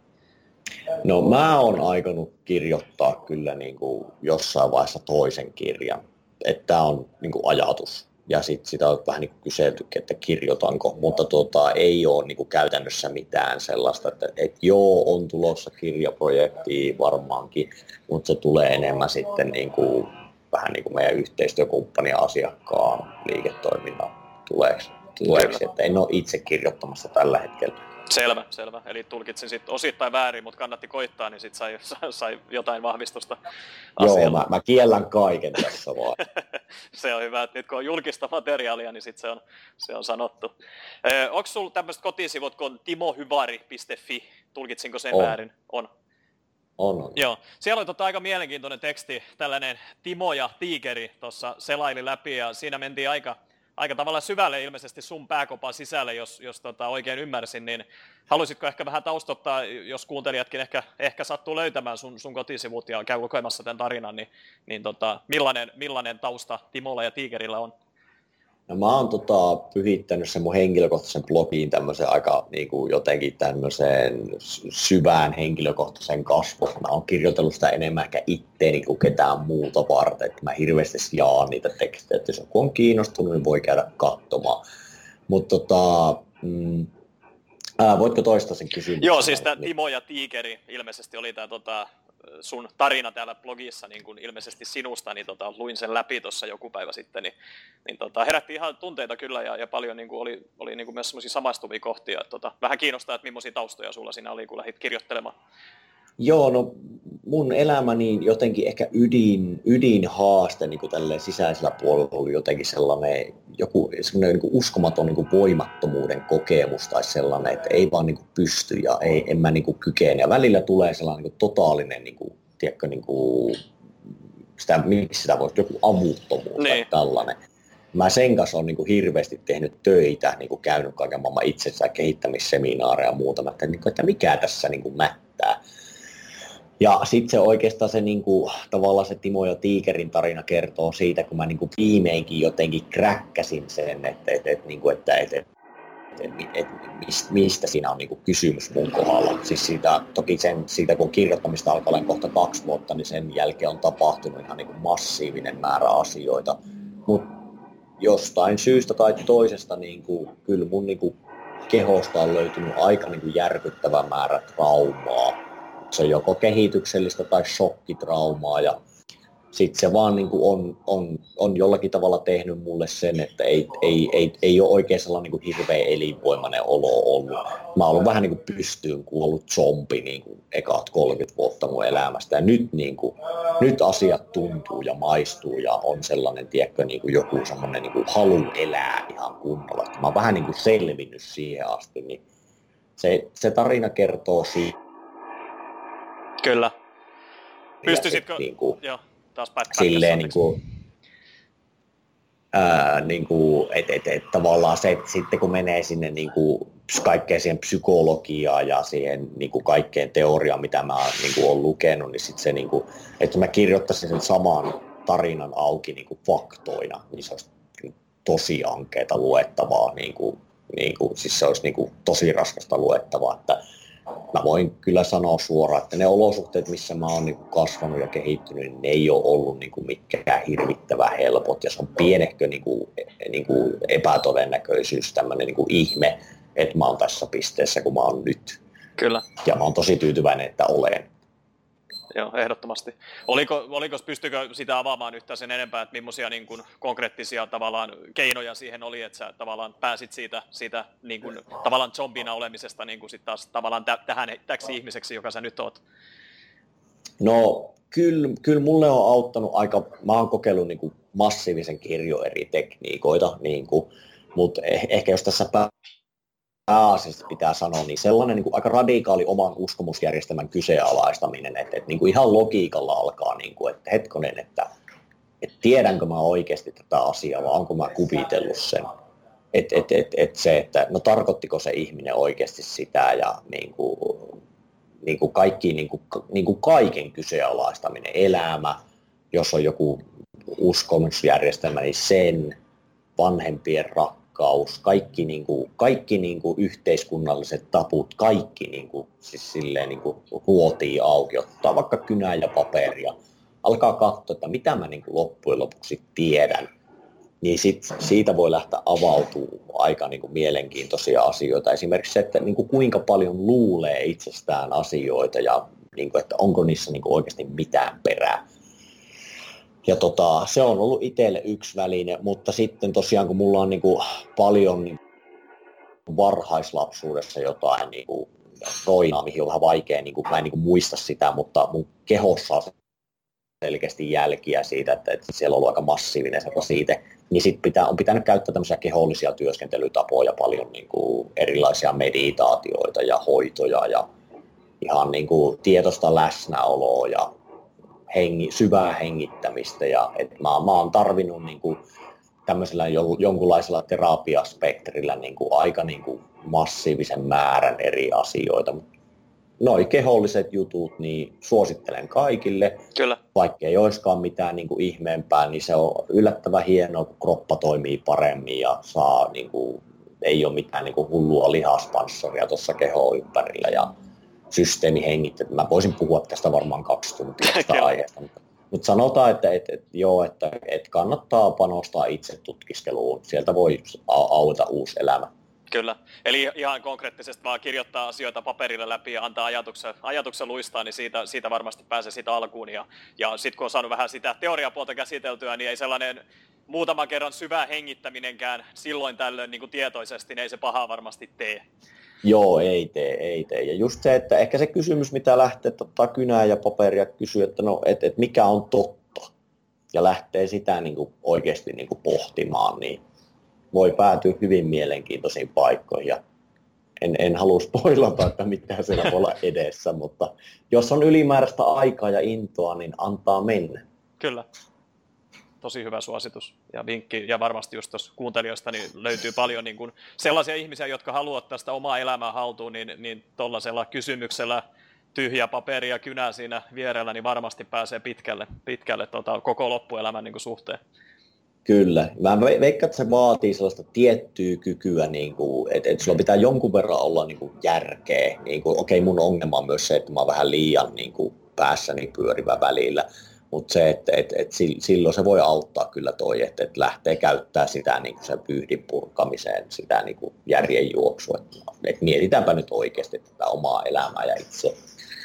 No mä oon aikonut kirjoittaa kyllä niin kuin jossain vaiheessa toisen kirjan, että tämä on niin kuin ajatus. Ja sitten sitä on vähän niin kuin kyseltykin, että kirjoitanko, mutta tuota, ei ole niin kuin käytännössä mitään sellaista, että, että joo, on tulossa kirjaprojekti varmaankin, mutta se tulee enemmän sitten niin kuin, vähän niin kuin meidän yhteistyökumppanin asiakkaan liiketoiminnan tuleeksi, tuleeksi, että en ole itse kirjoittamassa tällä hetkellä. Selvä, selvä. Eli tulkitsin sitten osittain väärin, mutta kannatti koittaa, niin sitten sai, sai jotain vahvistusta asialla. Joo, mä, mä kiellän kaiken tässä vaan. Se on hyvä, että nyt kun on julkista materiaalia, niin sitten se on, se on sanottu. Onko sinulla tämmöiset kotisivut kuin timohyvari piste fi? Tulkitsinko sen on. väärin? On. On, on. Joo. Siellä oli tota aika mielenkiintoinen teksti, tällainen Timo ja Tiikeri tuossa selaili läpi, ja siinä mentiin aika... aika tavalla syvälle ilmeisesti sun pääkopan sisälle, jos, jos tota oikein ymmärsin, niin haluaisitko ehkä vähän taustottaa, jos kuuntelijatkin ehkä, ehkä sattuu löytämään sun, sun kotisivut ja käy lukemassa tämän tarinan, niin, niin tota, millainen, millainen tausta Timolla ja Tiikerillä on? No, mä oon tota, pyhittänyt sen mun henkilökohtaisen blogiin tämmöisen aika niin kuin jotenkin tämmöiseen syvään henkilökohtaisen kasvun. Mä oon kirjoitellut sitä enemmän ehkä itteeni kuin ketään muuta varten. Että mä hirveästi jaan niitä tekstejä, että jos joku on kiinnostunut, niin voi käydä katsomaan. Mutta tota, mm, ää, voitko toistaa sen kysymyksen? Joo, siis tämä Timo ja Tiikeri ilmeisesti oli tämä tota, sun tarina täällä blogissa niin kuin ilmeisesti sinusta, niin tota, luin sen läpi tuossa joku päivä sitten, niin, niin tota, herätti ihan tunteita kyllä ja, ja paljon niin kuin oli, oli niin kuin myös semmoisia samaistuvia kohtia. Että, tota, vähän kiinnostaa, että millaisia taustoja sulla siinä oli, kun lähdit kirjoittelemaan. Joo, no mun elämäni jotenkin ehkä ydin, ydinhaaste niin kuin tälleen sisäisellä puolella oli jotenkin sellainen joku sellainen niin kuin uskomaton niin kuin voimattomuuden kokemus tai sellainen, että ei vaan niin kuin pysty ja ei, en mä niin kuin kykene. Ja välillä tulee sellainen niin kuin totaalinen, niin kuin, tiedätkö, niin kuin, sitä, miksi sitä voisi, joku avuttomuus tai niin. Tällainen. Mä sen kanssa olen niin kuin hirveästi tehnyt töitä, niin kuin käynyt kaiken maailman itsensä kehittämisseminaareja ja muuta, että, niin kuin, että mikä tässä niin kuin mättää. Ja sitten se oikeastaan se niinku, tavallaan se Timo ja Tiikerin tarina kertoo siitä, kun mä niinku viimeinkin jotenkin kräkkäsin sen, että et, et, niinku, että et, et, et, et, mistä siinä on niinku kysymys mun kohdalla. Siis siitä, toki sen, siitä kun kirjoittamista alkaa olla kohta kaksi vuotta, niin sen jälkeen on tapahtunut ihan niinku massiivinen määrä asioita. Mutta jostain syystä tai toisesta niinku, kyllä mun niinku kehosta on löytynyt aika niinku järkyttävä määrä traumaa. Se on joko kehityksellistä tai shokkitraumaa ja sitten se vaan niin kuin on, on, on jollakin tavalla tehnyt mulle sen, että ei, ei, ei, ei ole oikein sellainen niin kuin hirveän elinvoimainen olo ollut. Mä oon ollut vähän niin kuin pystyyn kuollut zombi niin kuin ekat kolmekymmentä vuotta mun elämästä ja nyt, niin kuin, nyt asiat tuntuu ja maistuu ja on sellainen, tiedätkö, niin kuin joku semmoinen niin kuin halu elää ihan kunnolla. Mä oon vähän niin kuin selvinnyt siihen asti, niin se, se tarina kertoo siitä. Kyllä. Pystyisitkö... Niin kuin, joo, taas pätkäs. Silleen niin kuin, ää, niin kuin, et, et, et, tavallaan se, että sitten kun menee sinne niin kuin, kaikkeen siihen psykologiaan ja siihen niin kuin kaikkeen teoriaan, mitä mä niin kuin, olen lukenut, niin sitten se, niin kuin, että mä kirjoittaisin sen saman tarinan auki niin kuin faktoina, niin se olisi niin tosi ankeeta luettavaa, niin kuin, niin kuin, siis se olisi niin kuin, tosi raskasta luettavaa, että mä voin kyllä sanoa suoraan, että ne olosuhteet, missä mä oon niin kuin kasvanut ja kehittynyt, niin ne ei ole ollut niin kuin mikään hirvittävän helpot. Ja se on pienehkö niin kuin, niin kuin epätodennäköisyys, tämmöinen niin kuin ihme, että mä oon tässä pisteessä, kun mä oon nyt. Kyllä. Ja mä oon tosi tyytyväinen, että olen. joo, ehdottomasti. Oliko, oliko, pystykö sitä avaamaan yhtään sen enempää, että millaisia niin kuin, konkreettisia tavallaan keinoja siihen oli, että sä tavallaan pääsit siitä, siitä niin kuin, tavallaan zombina olemisesta niin kuin sit taas tavallaan tä, tähän, täksi ihmiseksi, joka sä nyt oot? No kyllä, kyllä mulle on auttanut aika, mä oon kokeillut niin kuin massiivisen kirjo eri tekniikoita, niin kuin, mutta eh, ehkä jos tässä pääasiassa pitää sanoa, niin sellainen niin kuin aika radikaali oman uskomusjärjestelmän kyseenalaistaminen, että, että niin kuin ihan logiikalla alkaa, niin kuin, että hetkonen, että, että tiedänkö mä oikeasti tätä asiaa vai onko mä kuvitellut sen. Että et, et, et se, että no tarkoittiko se ihminen oikeasti sitä ja niin kuin, niin kuin kaikki, niin kuin, niin kuin kaiken kyseenalaistaminen, elämä, jos on joku uskomusjärjestelmä, niin sen, vanhempien rakkaus, kaikki, niin kuin, kaikki niin kuin yhteiskunnalliset taput, kaikki niin kuin, siis silleen, niin kuin ruotii auki, ottaa vaikka kynää ja paperia, alkaa katsoa, että mitä mä niin kuin loppujen lopuksi tiedän, niin sit siitä voi lähteä avautumaan aika niin kuin mielenkiintoisia asioita. Esimerkiksi se, että niin kuin kuinka paljon luulee itsestään asioita ja niin kuin, että onko niissä niin kuin oikeasti mitään perää. Ja tota, se on ollut itselle yksi väline, mutta sitten tosiaan kun mulla on niin kuin paljon niin kuin varhaislapsuudessa jotain niin kuin roinaa, mihin on vähän vaikea, niin kuin, mä en niin kuin muista sitä, mutta mun kehossa on selkeästi jälkiä siitä, että, että siellä on ollut aika massiivinen se rasite, niin sit pitää, on pitänyt käyttää tämmöisiä kehollisia työskentelytapoja, paljon niin kuin erilaisia meditaatioita ja hoitoja ja ihan niin kuin tietoista läsnäoloa ja hengi, syvää hengittämistä. Ja, et mä, mä oon tarvinnut niin kuin tämmöisellä jonkunlaisella terapiaspektrillä niin kuin aika niin kuin massiivisen määrän eri asioita. Noi keholliset jutut, niin suosittelen kaikille. Kyllä. Vaikka ei olisikaan mitään niin kuin ihmeempää, niin se on yllättävän hienoa, kun kroppa toimii paremmin ja saa, niin kuin, ei ole mitään niin kuin hullua lihaspanssaria tuossa kehoa ympärillä ja systeemi hengittää. Mä voisin puhua tästä varmaan kaksi tuntia tästä aiheesta. Mutta, mutta sanotaan, että, että, että, joo, että, että kannattaa panostaa itse tutkiskeluun. Sieltä voi aueta uusi elämä. Kyllä. Eli ihan konkreettisesti vaan kirjoittaa asioita paperille läpi ja antaa ajatuksen, ajatuksen luistaa, niin siitä, siitä varmasti pääsee siitä alkuun. Ja, ja sitten kun on saanut vähän sitä teoriapuolta käsiteltyä, niin ei sellainen muutaman kerran syvä hengittäminenkään silloin tällöin niin kuin tietoisesti, niin ei se pahaa varmasti tee. Joo, ei tee, ei tee. Ja just se, että ehkä se kysymys, mitä lähtee ottaa kynää ja paperia, kysyy, että no, et, et mikä on totta, ja lähtee sitä niin kuin oikeasti niin kuin pohtimaan, niin voi päätyä hyvin mielenkiintoisiin paikkoihin. Ja en, en halua spoilata, että mitään siellä voi olla edessä, mutta jos on ylimääräistä aikaa ja intoa, niin antaa mennä. Kyllä. Tosi hyvä suositus ja vinkki, ja varmasti just tuossa kuuntelijoista niin löytyy paljon niin kuin sellaisia ihmisiä, jotka haluavat tästä omaa elämää haltuun, niin, niin tuollaisella kysymyksellä tyhjä paperi ja kynä siinä vierellä, niin varmasti pääsee pitkälle, pitkälle tota, koko loppuelämän niin kuin suhteen. Kyllä. Mä veikkaan, että se vaatii sellaista tiettyä kykyä, niin kuin, että, että sulla pitää jonkun verran olla niin kuin järkeä. Niin kuin, okei, mun ongelma on myös se, että mä oon vähän liian niin kuin päässäni pyörivä välillä. Mutta se, että et, et silloin se voi auttaa kyllä toi, että et lähtee käyttämään sitä niin kuin sen pyyhdin purkamiseen, sitä niin kuin järjen juoksua. Että et mietitäänpä nyt oikeasti tätä omaa elämää ja itse.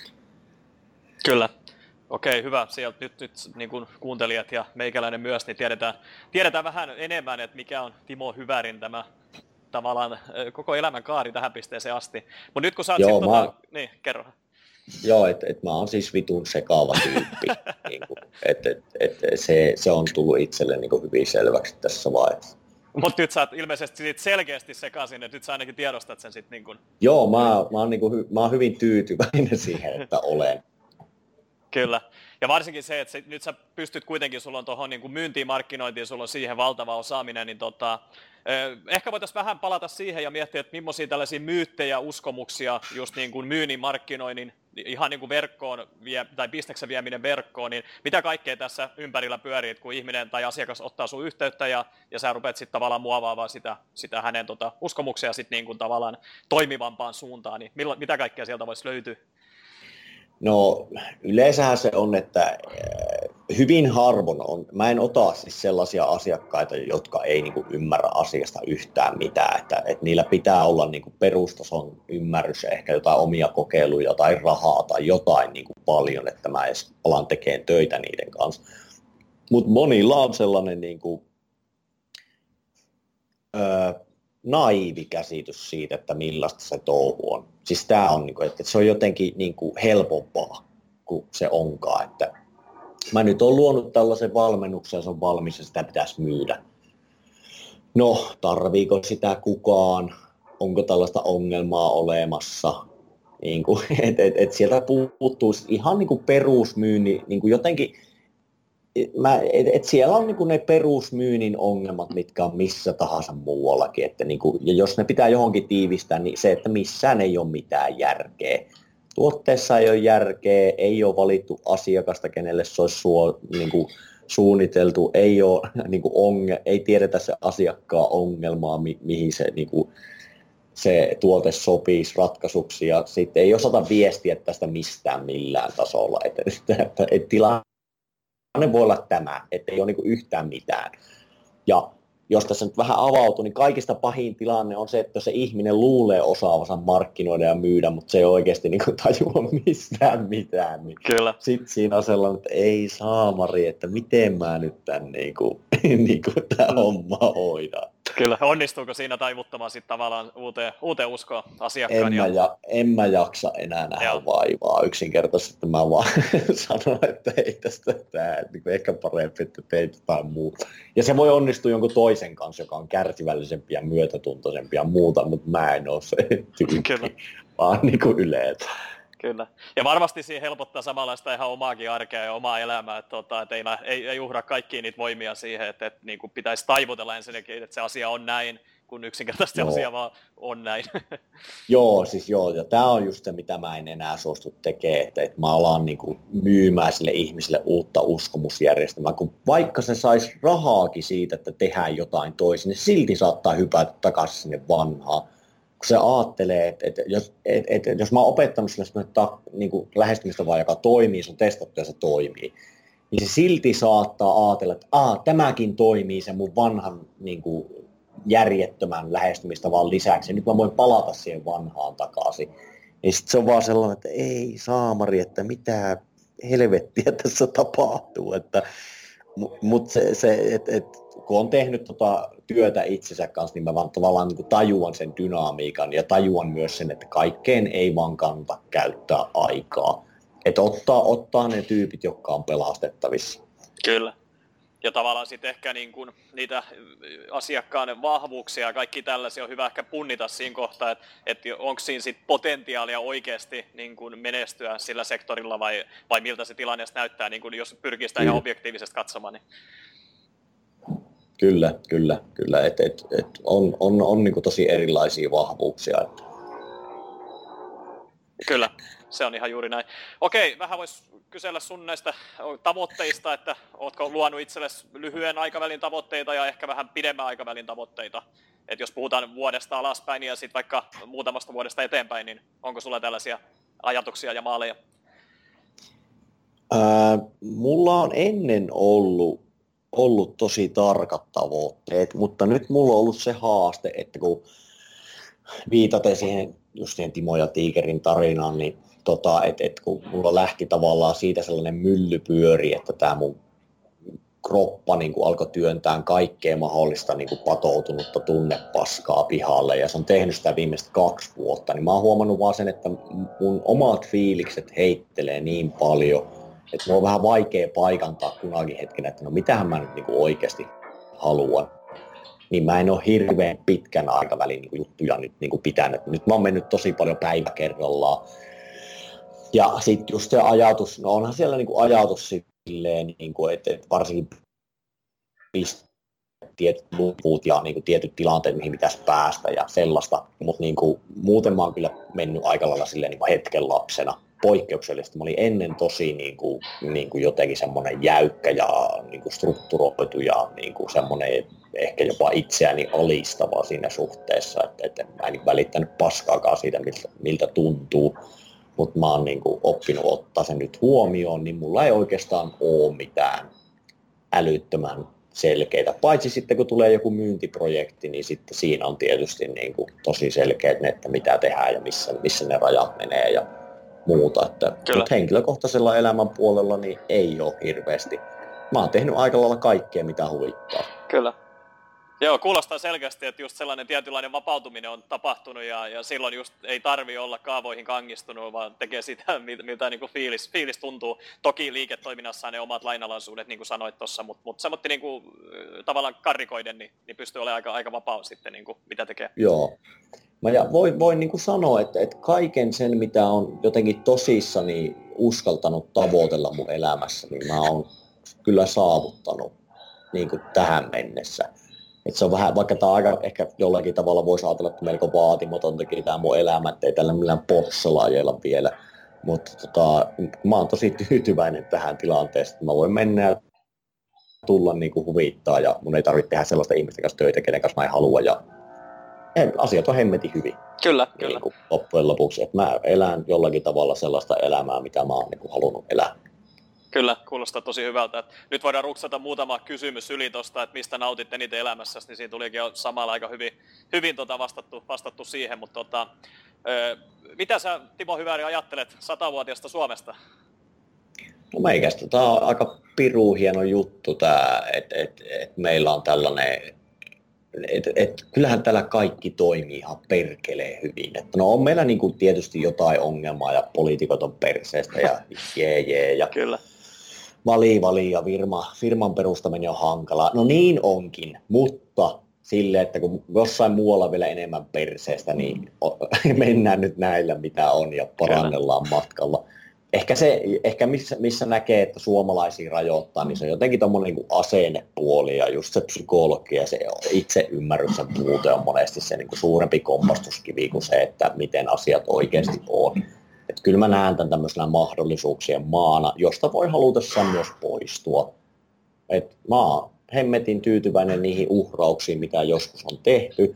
Kyllä. Okei, hyvä. Sieltä nyt, nyt niin kuin kuuntelijat ja meikäläinen myös, niin tiedetään, tiedetään vähän enemmän, että mikä on Timo Hyvärin tämä tavallaan koko elämän kaari tähän pisteeseen asti. Mutta nyt kun sä oot Joo, sitten... Mä... Tota, niin, kerro. Joo, että et mä oon siis vitun sekaava tyyppi. niin että et, et, se, se on tullut itselle niin kuin hyvin selväksi tässä vaiheessa. Mutta nyt sä oot ilmeisesti siitä selkeästi sekaisin, että nyt sä ainakin tiedostat sen sitten niin kuin... Joo, mä, mä, oon, niin kuin, mä oon hyvin tyytyväinen siihen, että olen. Kyllä. Ja varsinkin se, että se, nyt sä pystyt kuitenkin, sulla on tuohon niin kuin myyntiin, markkinointiin, sulla on siihen valtava osaaminen, niin tota, ehkä voitaisiin vähän palata siihen ja miettiä, että millaisia tällaisia myyttejä, uskomuksia, just niin kuin myynnin, markkinoinnin, ihan niin kuin verkkoon, vie, tai bisneksen vieminen verkkoon, niin mitä kaikkea tässä ympärillä pyörii, että kun ihminen tai asiakas ottaa sun yhteyttä ja, ja sä rupeat sitten tavallaan muovaamaan sitä, sitä hänen tota, uskomuksia sitten niin kuin tavallaan toimivampaan suuntaan, niin milla, mitä kaikkea sieltä voisi löytyä? No yleensähän se on, että hyvin harvoin on. Mä en ota siis sellaisia asiakkaita, jotka ei niin kuin ymmärrä asiasta yhtään mitään. Että, että niillä pitää olla niin kuin perustason ymmärrys, ehkä jotain omia kokeiluja tai rahaa tai jotain niin kuin paljon, että mä edes alan tekemään töitä niiden kanssa. Mutta monilla on sellainen niin kuin, öö, naivi käsitys siitä, että millaista se touhu on. Siis tää on, niin kuin, että se on jotenkin niin kuin helpompaa kuin se onkaan, että mä nyt oon luonut tällaisen valmennuksen, se on valmis ja sitä pitäisi myydä. No, tarviiko sitä kukaan? Onko tällaista ongelmaa olemassa? Niin kuin, et, et, et sieltä puuttuu ihan niin kuin perusmyynni, niin kuin jotenkin, mä, et, et siellä on niin kuin ne perusmyynnin ongelmat, mitkä on missä tahansa muuallakin. Että niin kuin, ja jos ne pitää johonkin tiivistää, niin se, että missään ei ole mitään järkeä. Tuotteessa ei ole järkeä, ei ole valittu asiakasta, kenelle se olisi suo, niin kuin suunniteltu, ei, ole, niin kuin onge, ei tiedetä se asiakkaan ongelmaa, mi, mihin se, niin kuin, se tuote sopisi ratkaisuksi, ja sitten ei osata viestiä tästä mistään millään tasolla. Et, et, et, et tilanne voi olla tämä, että ei ole niin kuin yhtään mitään. Ja jos tässä nyt vähän avautuu, niin kaikista pahin tilanne on se, että se ihminen luulee osaavansa markkinoida ja myydä, mutta se ei oikeasti niin kuin tajua mistään mitään. Niin Kyllä. Sitten siinä on sellainen, että ei saamari, että miten mä nyt tämän niin kuin, niin kuin tämä homma hoidan. Kyllä. Onnistuuko siinä taivuttamaan sitten tavallaan uuteen, uuteen uskoon asiakkaan? En, mä ja, en mä jaksa enää nähdä Joo. vaivaa yksinkertaisesti, että mä vaan sanon, että ei tästä tää, niin kuin ehkä parempi, että teet jotain muuta. Ja se voi onnistua jonkun toisen kanssa, joka on kärsivällisempi ja myötätuntoisempi ja muuta, mutta mä en ole se tyyppi, vaan niin kuin yleensä. Kyllä. Ja varmasti siihen helpottaa samanlaista ihan omaakin arkea ja omaa elämää, että, tota, että ei, ei, ei uhraa kaikkia niitä voimia siihen, että, että niin kuin pitäisi taivutella ensinnäkin, että se asia on näin, kun yksinkertaisesti joo. asia vaan on näin. Joo, siis joo, ja tämä on just se, mitä mä en enää suostu tekemään, että, että mä alan niin kuin myymään sille ihmiselle uutta uskomusjärjestelmää, kun vaikka se saisi rahaakin siitä, että tehdään jotain toisin, niin silti saattaa hypätä takaisin sinne vanhaan. Kun se ajattelee, että, että, jos, että, että jos mä oon opettanut sille ta, niin kuin lähestymistavaa, joka toimii, se on testattu ja se toimii, niin se silti saattaa ajatella, että Aa, tämäkin toimii sen mun vanhan niin kuin, järjettömän lähestymistavan lisäksi, ja nyt mä voin palata siihen vanhaan takaisin. Ja sitten se on vaan sellainen, että ei saamari, että mitä helvettiä tässä tapahtuu. Että, mutta se, se että et, kun on tehnyt tota työtä itsensä kanssa, niin mä vaan tavallaan niin tajuan sen dynamiikan ja tajuan myös sen, että kaikkeen ei vaan kannata käyttää aikaa. Että ottaa, ottaa ne tyypit, jotka on pelastettavissa. Kyllä. Ja tavallaan sitten ehkä niin kuin niitä asiakkaan vahvuuksia ja kaikki tällaisia on hyvä ehkä punnita siinä kohtaa, että, että onko siinä sit potentiaalia oikeasti niin kuin menestyä sillä sektorilla vai, vai miltä se tilanne näyttää, niin kuin jos pyrkii sitä ihan objektiivisesti katsomaan. Niin. Kyllä, kyllä, kyllä. Et, et, et on on, on niin kuin tosi erilaisia vahvuuksia. Että. Kyllä, se on ihan juuri näin. Okei, vähän voisi kysellä sun näistä tavoitteista, että ootko luonut itsellesi lyhyen aikavälin tavoitteita ja ehkä vähän pidemmän aikavälin tavoitteita. Että jos puhutaan vuodesta alaspäin ja sitten vaikka muutamasta vuodesta eteenpäin, niin onko sulla tällaisia ajatuksia ja maaleja? Ää, mulla on ennen ollut, ollut tosi tarkat tavoitteet, mutta nyt mulla on ollut se haaste, että kun viitaten siihen, just siihen Timo ja Tiikerin tarinaan, niin tota, että et kun mulla lähti tavallaan siitä sellainen myllypyöri, että tämä mun kroppa niin kuin alkoi työntää kaikkea mahdollista niin kuin patoutunutta tunnepaskaa pihalle, ja se on tehnyt sitä viimeiset kaksi vuotta, niin mä oon huomannut vaan sen, että mun omat fiilikset heittelee niin paljon, että mulla on vähän vaikea paikantaa kunakin hetkenä, että no mitähän mä nyt niin kuin oikeasti haluan. Niin mä en ole hirveän pitkän aikavälin niin kuin juttuja nyt niin kuin pitänyt. Nyt mä oon mennyt tosi paljon päivä kerrallaan. Ja sitten just se ajatus, no onhan siellä niin kuin ajatus silleen, niin kuin, että, että varsinkin tietyt luvut ja niin kuin tietyt tilanteet, mihin pitäisi päästä ja sellaista. Mutta niin kuin, muuten mä oon kyllä mennyt aika lailla silleen niin kuin hetken lapsena. Poikkeuksellisesti. Mä olin ennen tosi niin kuin, niin kuin jotenkin semmoinen jäykkä ja niin kuin strukturoitu ja niin kuin semmoinen ehkä jopa itseäni alistava siinä suhteessa, että, että mä en välittänyt paskaakaan siitä, miltä, miltä tuntuu. mutta mä oon niin kuin oppinut ottaa sen nyt huomioon, niin mulla ei oikeastaan ole mitään älyttömän selkeitä. Paitsi sitten kun tulee joku myyntiprojekti, niin sitten siinä on tietysti niin kuin tosi selkeät ne, että mitä tehdään ja missä, missä ne rajat menee ja muuta. Että, mutta henkilökohtaisella elämän puolella niin ei ole hirveästi. Mä oon tehnyt aika lailla kaikkea, mitä huvittaa. Kyllä. Joo, kuulostaa selkeästi, että just sellainen tietynlainen vapautuminen on tapahtunut ja, ja silloin just ei tarvi olla kaavoihin kangistunut, vaan tekee sitä, miltä niin kuin fiilis, fiilis tuntuu. Toki liiketoiminnassa ne omat lainalaisuudet, niin kuin sanoit tuossa, mutta mut semmoinen niin kuin, tavallaan karrikoiden, niin, niin pystyy olemaan aika, aika vapaa sitten, niin kuin, mitä tekee. Joo. Mä ja voin, voin niin kuin sanoa, että, että kaiken sen, mitä on jotenkin tosissani uskaltanut tavoitella mun elämässä, niin mä oon kyllä saavuttanut niin kuin tähän mennessä. Että se on vähän, vaikka tämä aika ehkä jollakin tavalla voisi ajatella, että melko vaatimatontakin tämä mun elämä, ettei tällä millään porsselajella vielä. Mutta tota, mä oon tosi tyytyväinen tähän tilanteeseen, että mä voin mennä ja tulla niin kuin huvittaa ja mun ei tarvitse tehdä sellaista ihmisten kanssa töitä, kenen kanssa mä en halua. Ja asiat on hemmetin hyvin. Kyllä, niin kyllä. Kuin loppujen lopuksi, että mä elän jollakin tavalla sellaista elämää, mitä mä oon niin kuin halunnut elää. Kyllä, kuulostaa tosi hyvältä. Nyt voidaan ruksata muutama kysymys yli tuosta, että mistä nautit eniten elämässäsi, niin siinä tulikin jo samalla aika hyvin, hyvin tota vastattu, vastattu siihen. Mutta tota, mitä sä, Timo Hyväri, ajattelet satavuotiaasta Suomesta? No meikästä tämä on aika pirun hieno juttu, että et, et meillä on tällainen, että et, kyllähän täällä kaikki toimii ihan perkeleen hyvin. Et no on meillä niinku tietysti jotain ongelmaa ja poliitikot on perseestä ja jee jee ja Kyllä. vali vali ja firma, firman perustaminen on hankalaa. No niin onkin, mutta sille, että kun jossain muualla vielä enemmän perseestä, niin mennään nyt näillä mitä on ja parannellaan Kyllä. matkalla. Ehkä, se, ehkä missä, missä näkee, että suomalaisia rajoittaa, niin se on jotenkin tommoinen niin kuin asennepuoli ja just se psykologia ja se itseymmärryksen puute on monesti se niin kuin suurempi kompastuskivi kuin se, että miten asiat oikeasti on. Että kyllä mä näen tämän tämmöisenä mahdollisuuksien maana, josta voi halutessaan myös poistua. Et mä oon hemmetin tyytyväinen niihin uhrauksiin, mitä joskus on tehty.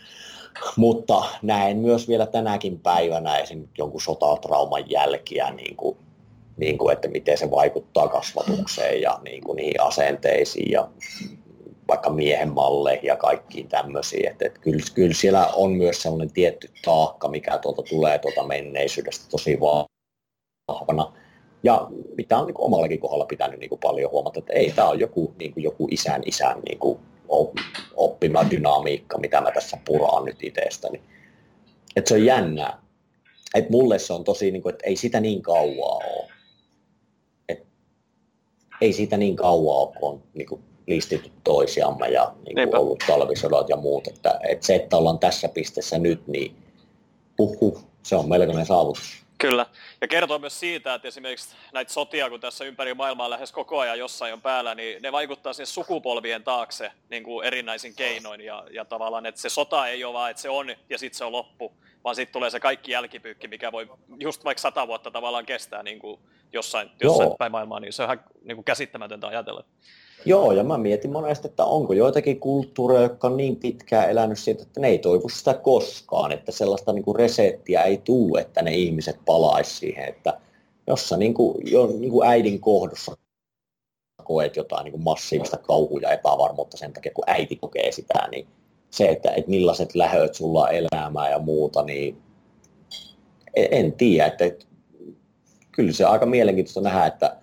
Mutta näen myös vielä tänäkin päivänä esimerkiksi jonkun sotatrauman jälkiä, niin kuin, niin kuin, että miten se vaikuttaa kasvatukseen ja niin kuin niihin asenteisiin ja vaikka miehen malleihin ja kaikkiin tämmöisiin. Että, että kyllä, kyllä siellä on myös sellainen tietty taakka, mikä tuolta tulee tuolta menneisyydestä tosi vahvana. Ja mitä on niin kuin omallakin kohdalla pitänyt niin kuin paljon huomata, että ei, tämä on joku, niin kuin joku isän isän niin kuin oppima dynamiikka, mitä mä tässä puraan nyt itsestäni. Että se on jännää. Että mulle se on tosi, niin kuin, että ei sitä niin kauaa ole. Et ei sitä niin kauaa ole, kun on niin kuin listitty toisiamme ja niin kuin ollut talvisodat ja muut. Että, että se, että ollaan tässä pisteessä nyt, niin uhuh, se on melkoinen saavutus. Kyllä. Ja kertoo myös siitä, että esimerkiksi näitä sotia, kun tässä ympäri maailmaa lähes koko ajan jossain on päällä, niin ne vaikuttaa sinne sukupolvien taakse niin kuin erinäisin keinoin. Ja, ja tavallaan, että se sota ei ole vaan, että se on ja sitten se on loppu, vaan sitten tulee se kaikki jälkipyykki, mikä voi just vaikka sata vuotta tavallaan kestää niin kuin jossain, jossain päin maailmaa, niin se on ihan niin kuin käsittämätöntä ajatella. Joo, ja mä mietin monesti, että onko joitakin kulttuureja, jotka on niin pitkään elänyt siitä, että ne ei toivu sitä koskaan, että sellaista niin kuin resettiä ei tule, että ne ihmiset palaisi siihen, että jos sä niin kuin, jo, niin kuin äidin kohdussa koet jotain niin kuin massiivista kauhua ja epävarmuutta sen takia, kun äiti kokee sitä, niin se, että, että millaiset lähöt sulla on elämää ja muuta, niin en, en tiedä, että, että kyllä se aika mielenkiintoista nähdä, että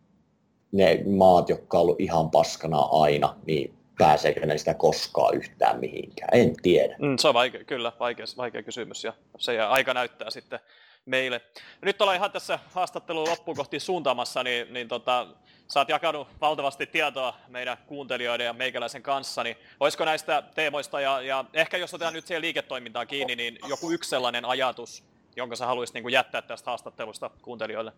ne maat, jotka on ollut ihan paskana aina, niin pääseekö ne sitä koskaan yhtään mihinkään? En tiedä. Mm, se on vaikea, kyllä vaikea, vaikea kysymys ja se aika näyttää sitten meille. Nyt ollaan ihan tässä haastattelun loppuun kohti suuntaamassa, niin, niin tota, sä oot jakanut valtavasti tietoa meidän kuuntelijoiden ja meikäläisen kanssa, niin olisiko näistä teemoista ja, ja ehkä jos otetaan nyt siihen liiketoimintaan kiinni, niin joku yksi sellainen ajatus, jonka sä haluaisit niin kuin jättää tästä haastattelusta kuuntelijoille?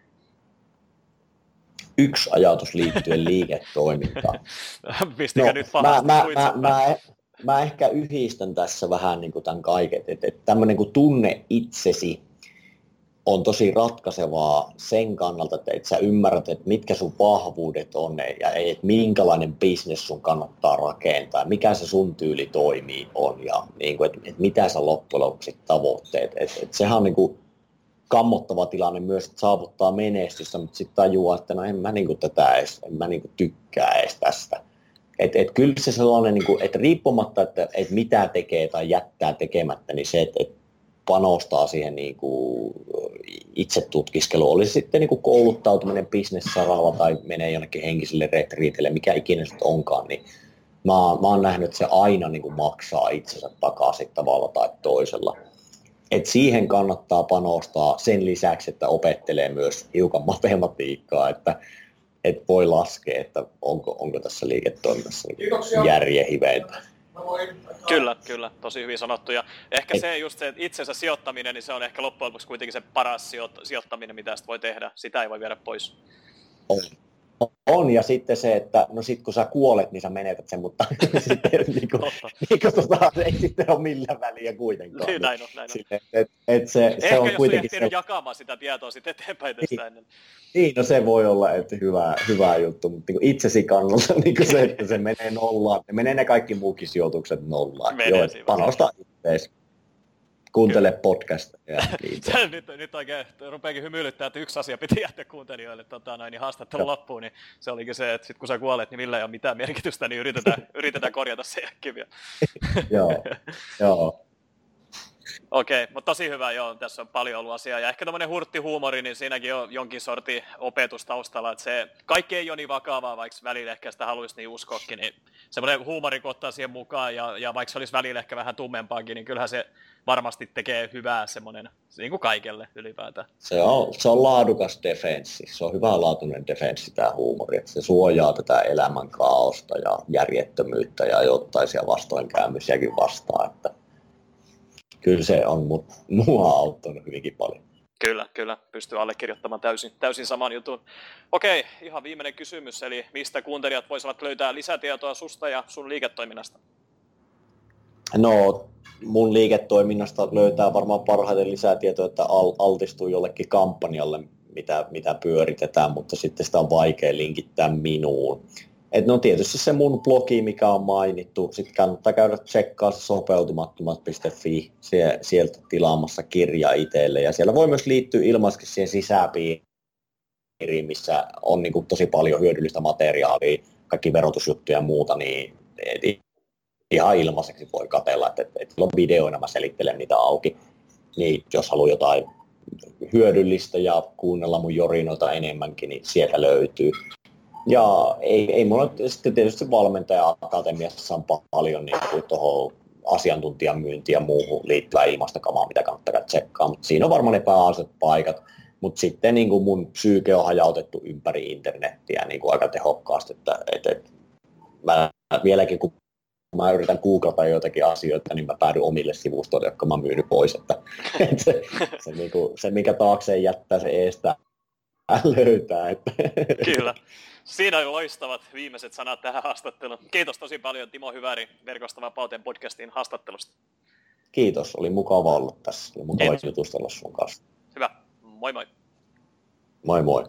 Yksi ajatus liittyen liiketoimintaan. Pistikö no, nyt pahasti mä, mä, mä, mä, mä ehkä yhdistän tässä vähän niin kuin tämän kaiken, että, että tämmöinen kuin tunne itsesi on tosi ratkaisevaa sen kannalta, että, että sä ymmärrät, että mitkä sun vahvuudet on ja että minkälainen bisnes sun kannattaa rakentaa, mikä se sun tyyli toimii on ja niin kuin, että, että mitä sä loppujen lopuksi tavoitteet. Että, että sehän on niin kuin kammottava tilanne myös, että saavuttaa menestystä, mutta sitten tajuaa, että no en mä niinku tätä edes, en mä niinku tykkää edes tästä. Et, et kyllä se sellainen, niinku, että riippumatta, että et mitä tekee tai jättää tekemättä, niin se, että et panostaa siihen niinku itsetutkiskeluun, olisi sitten niinku kouluttautuminen business-saralla tai menee jonnekin henkiselle retriitille, mikä ikinä sitten onkaan, niin mä, mä oon nähnyt, että se aina niinku maksaa itsensä takaisin tavalla tai toisella. Et siihen kannattaa panostaa sen lisäksi, että opettelee myös hiukan matematiikkaa, että et voi laskea, että onko, onko tässä liiketoiminnassa järjen hiveitä. Kyllä, kyllä, tosi hyvin sanottu. Ja ehkä se just se, että itsensä sijoittaminen, niin se on ehkä loppujen lopuksi kuitenkin se paras sijoittaminen, mitä sitä voi tehdä. Sitä ei voi viedä pois. On. On, ja sitten se, että no sit kun sä kuolet, niin sä menetät sen, mutta sitten niin kuin, niin kuin, tota, ei sitten ole millään väliä kuitenkaan. Niin, näin on, näin on. Et, et, et se, Ehkä se on jos kuitenkin ehtinyt se... jakamaan sitä tietoa sitten eteenpäin tästä niin, ennen. Niin, no se voi olla, että hyvä, hyvä juttu, mutta niin itsesi kannalta niin kuin se, että se menee nollaan. Ne menee ne kaikki muukin sijoitukset nollaan. Joo, panostaa itseesi. Kuuntele podcasteja. nyt, nyt oikein rupeakin hymyilyttää, että yksi asia piti jättää kuuntelijoille tota, noin, niin haastattelun loppuun, niin se olikin se, että sit kun sä kuolet, niin millä ei ole mitään merkitystä, niin yritetään, yritetään korjata se äkkiä. Joo, joo. Okei, okay, mutta tosi hyvä, joo, tässä on paljon ollut asiaa. Ja ehkä tämmöinen hurttihuumori, niin siinäkin on jonkin sortin opetus taustalla, että se kaikki ei ole niin vakavaa, vaikka välillä ehkä sitä haluaisi niin uskoakin, niin semmoinen huumori kun ottaa siihen mukaan, ja, ja vaikka se olisi välillä ehkä vähän tummempaakin, niin kyllähän se varmasti tekee hyvää semmoinen, niin kuin kaikelle ylipäätään. Se on, se on laadukas defenssi, se on hyvänlaatuinen defenssi tämä huumori, että se suojaa tätä elämän kaaosta ja järjettömyyttä ja jottaisia vastoinkäymisiäkin vastaan, että kyllä se on mua auttanut hyvinkin paljon. Kyllä, kyllä. Pystyy allekirjoittamaan täysin, täysin saman jutun. Okei, ihan viimeinen kysymys, eli mistä kuuntelijat voisivat löytää lisätietoa susta ja sun liiketoiminnasta? No, mun liiketoiminnasta löytää varmaan parhaiten lisätietoa, että altistuu jollekin kampanjalle, mitä, mitä pyöritetään, mutta sitten sitä on vaikea linkittää minuun. Et no tietysti se mun blogi, mikä on mainittu, sitten kannattaa käydä tsekkaa se sopeutumattomat piste fi, sieltä tilaamassa kirja itselle, ja siellä voi myös liittyä ilmaisesti siihen sisäpiiriin, missä on niin kuin tosi paljon hyödyllistä materiaalia, kaikki verotusjuttuja ja muuta, niin ihan ilmaiseksi voi katsella, että, että, että on videoina, mä selittelen niitä auki, niin jos haluaa jotain hyödyllistä ja kuunnella mun jorinoita enemmänkin, niin sieltä löytyy. Ja ei, ei mulla sitten tietysti valmentaja-akatemiassa on paljon niin kuin tuohon asiantuntijan myyntiin ja muuhun liittyvää ilmaista kamaa, mitä kannattaa tsekkaa, mutta siinä on varmaan ne pääasiat paikat, mutta sitten niin kuin mun psyyke on hajautettu ympäri internettiä niin kuin aika tehokkaasti, että, että, että mä vieläkin kun mä yritän googlata joitakin asioita, niin mä päädyn omille sivustoille, jotka mä oon myynyt pois, että, että se, se, niin kuin, se mikä taakseen jättää, se eestää löytää. Että. Kyllä. Siinä oli loistavat viimeiset sanat tähän haastatteluun. Kiitos tosi paljon Timo Hyväri Verkosta Vapauteen podcastin haastattelusta. Kiitos, oli mukava olla tässä. Oli mukava jutustella sun kanssa. Hyvä, moi moi. Moi moi.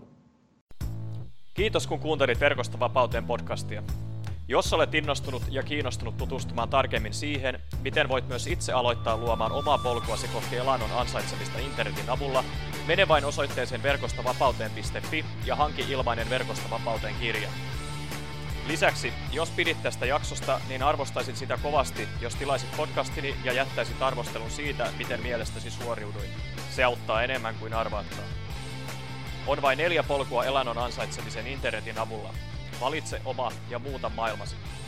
Kiitos kun kuuntelit Verkosta Vapauteen podcastia. Jos olet innostunut ja kiinnostunut tutustumaan tarkemmin siihen, miten voit myös itse aloittaa luomaan omaa polkuasi kohti elannon ansaitsemista internetin avulla, mene vain osoitteeseen verkostavapauteen piste fi ja hanki ilmainen Verkosta Vapauteen kirja. Lisäksi, jos pidit tästä jaksosta, niin arvostaisin sitä kovasti, jos tilaisit podcastini ja jättäisit arvostelun siitä, miten mielestäsi suoriuduin. Se auttaa enemmän kuin arvaattaa. On vain neljä polkua elannon ansaitsemisen internetin avulla. Valitse oma ja muuta maailmasi.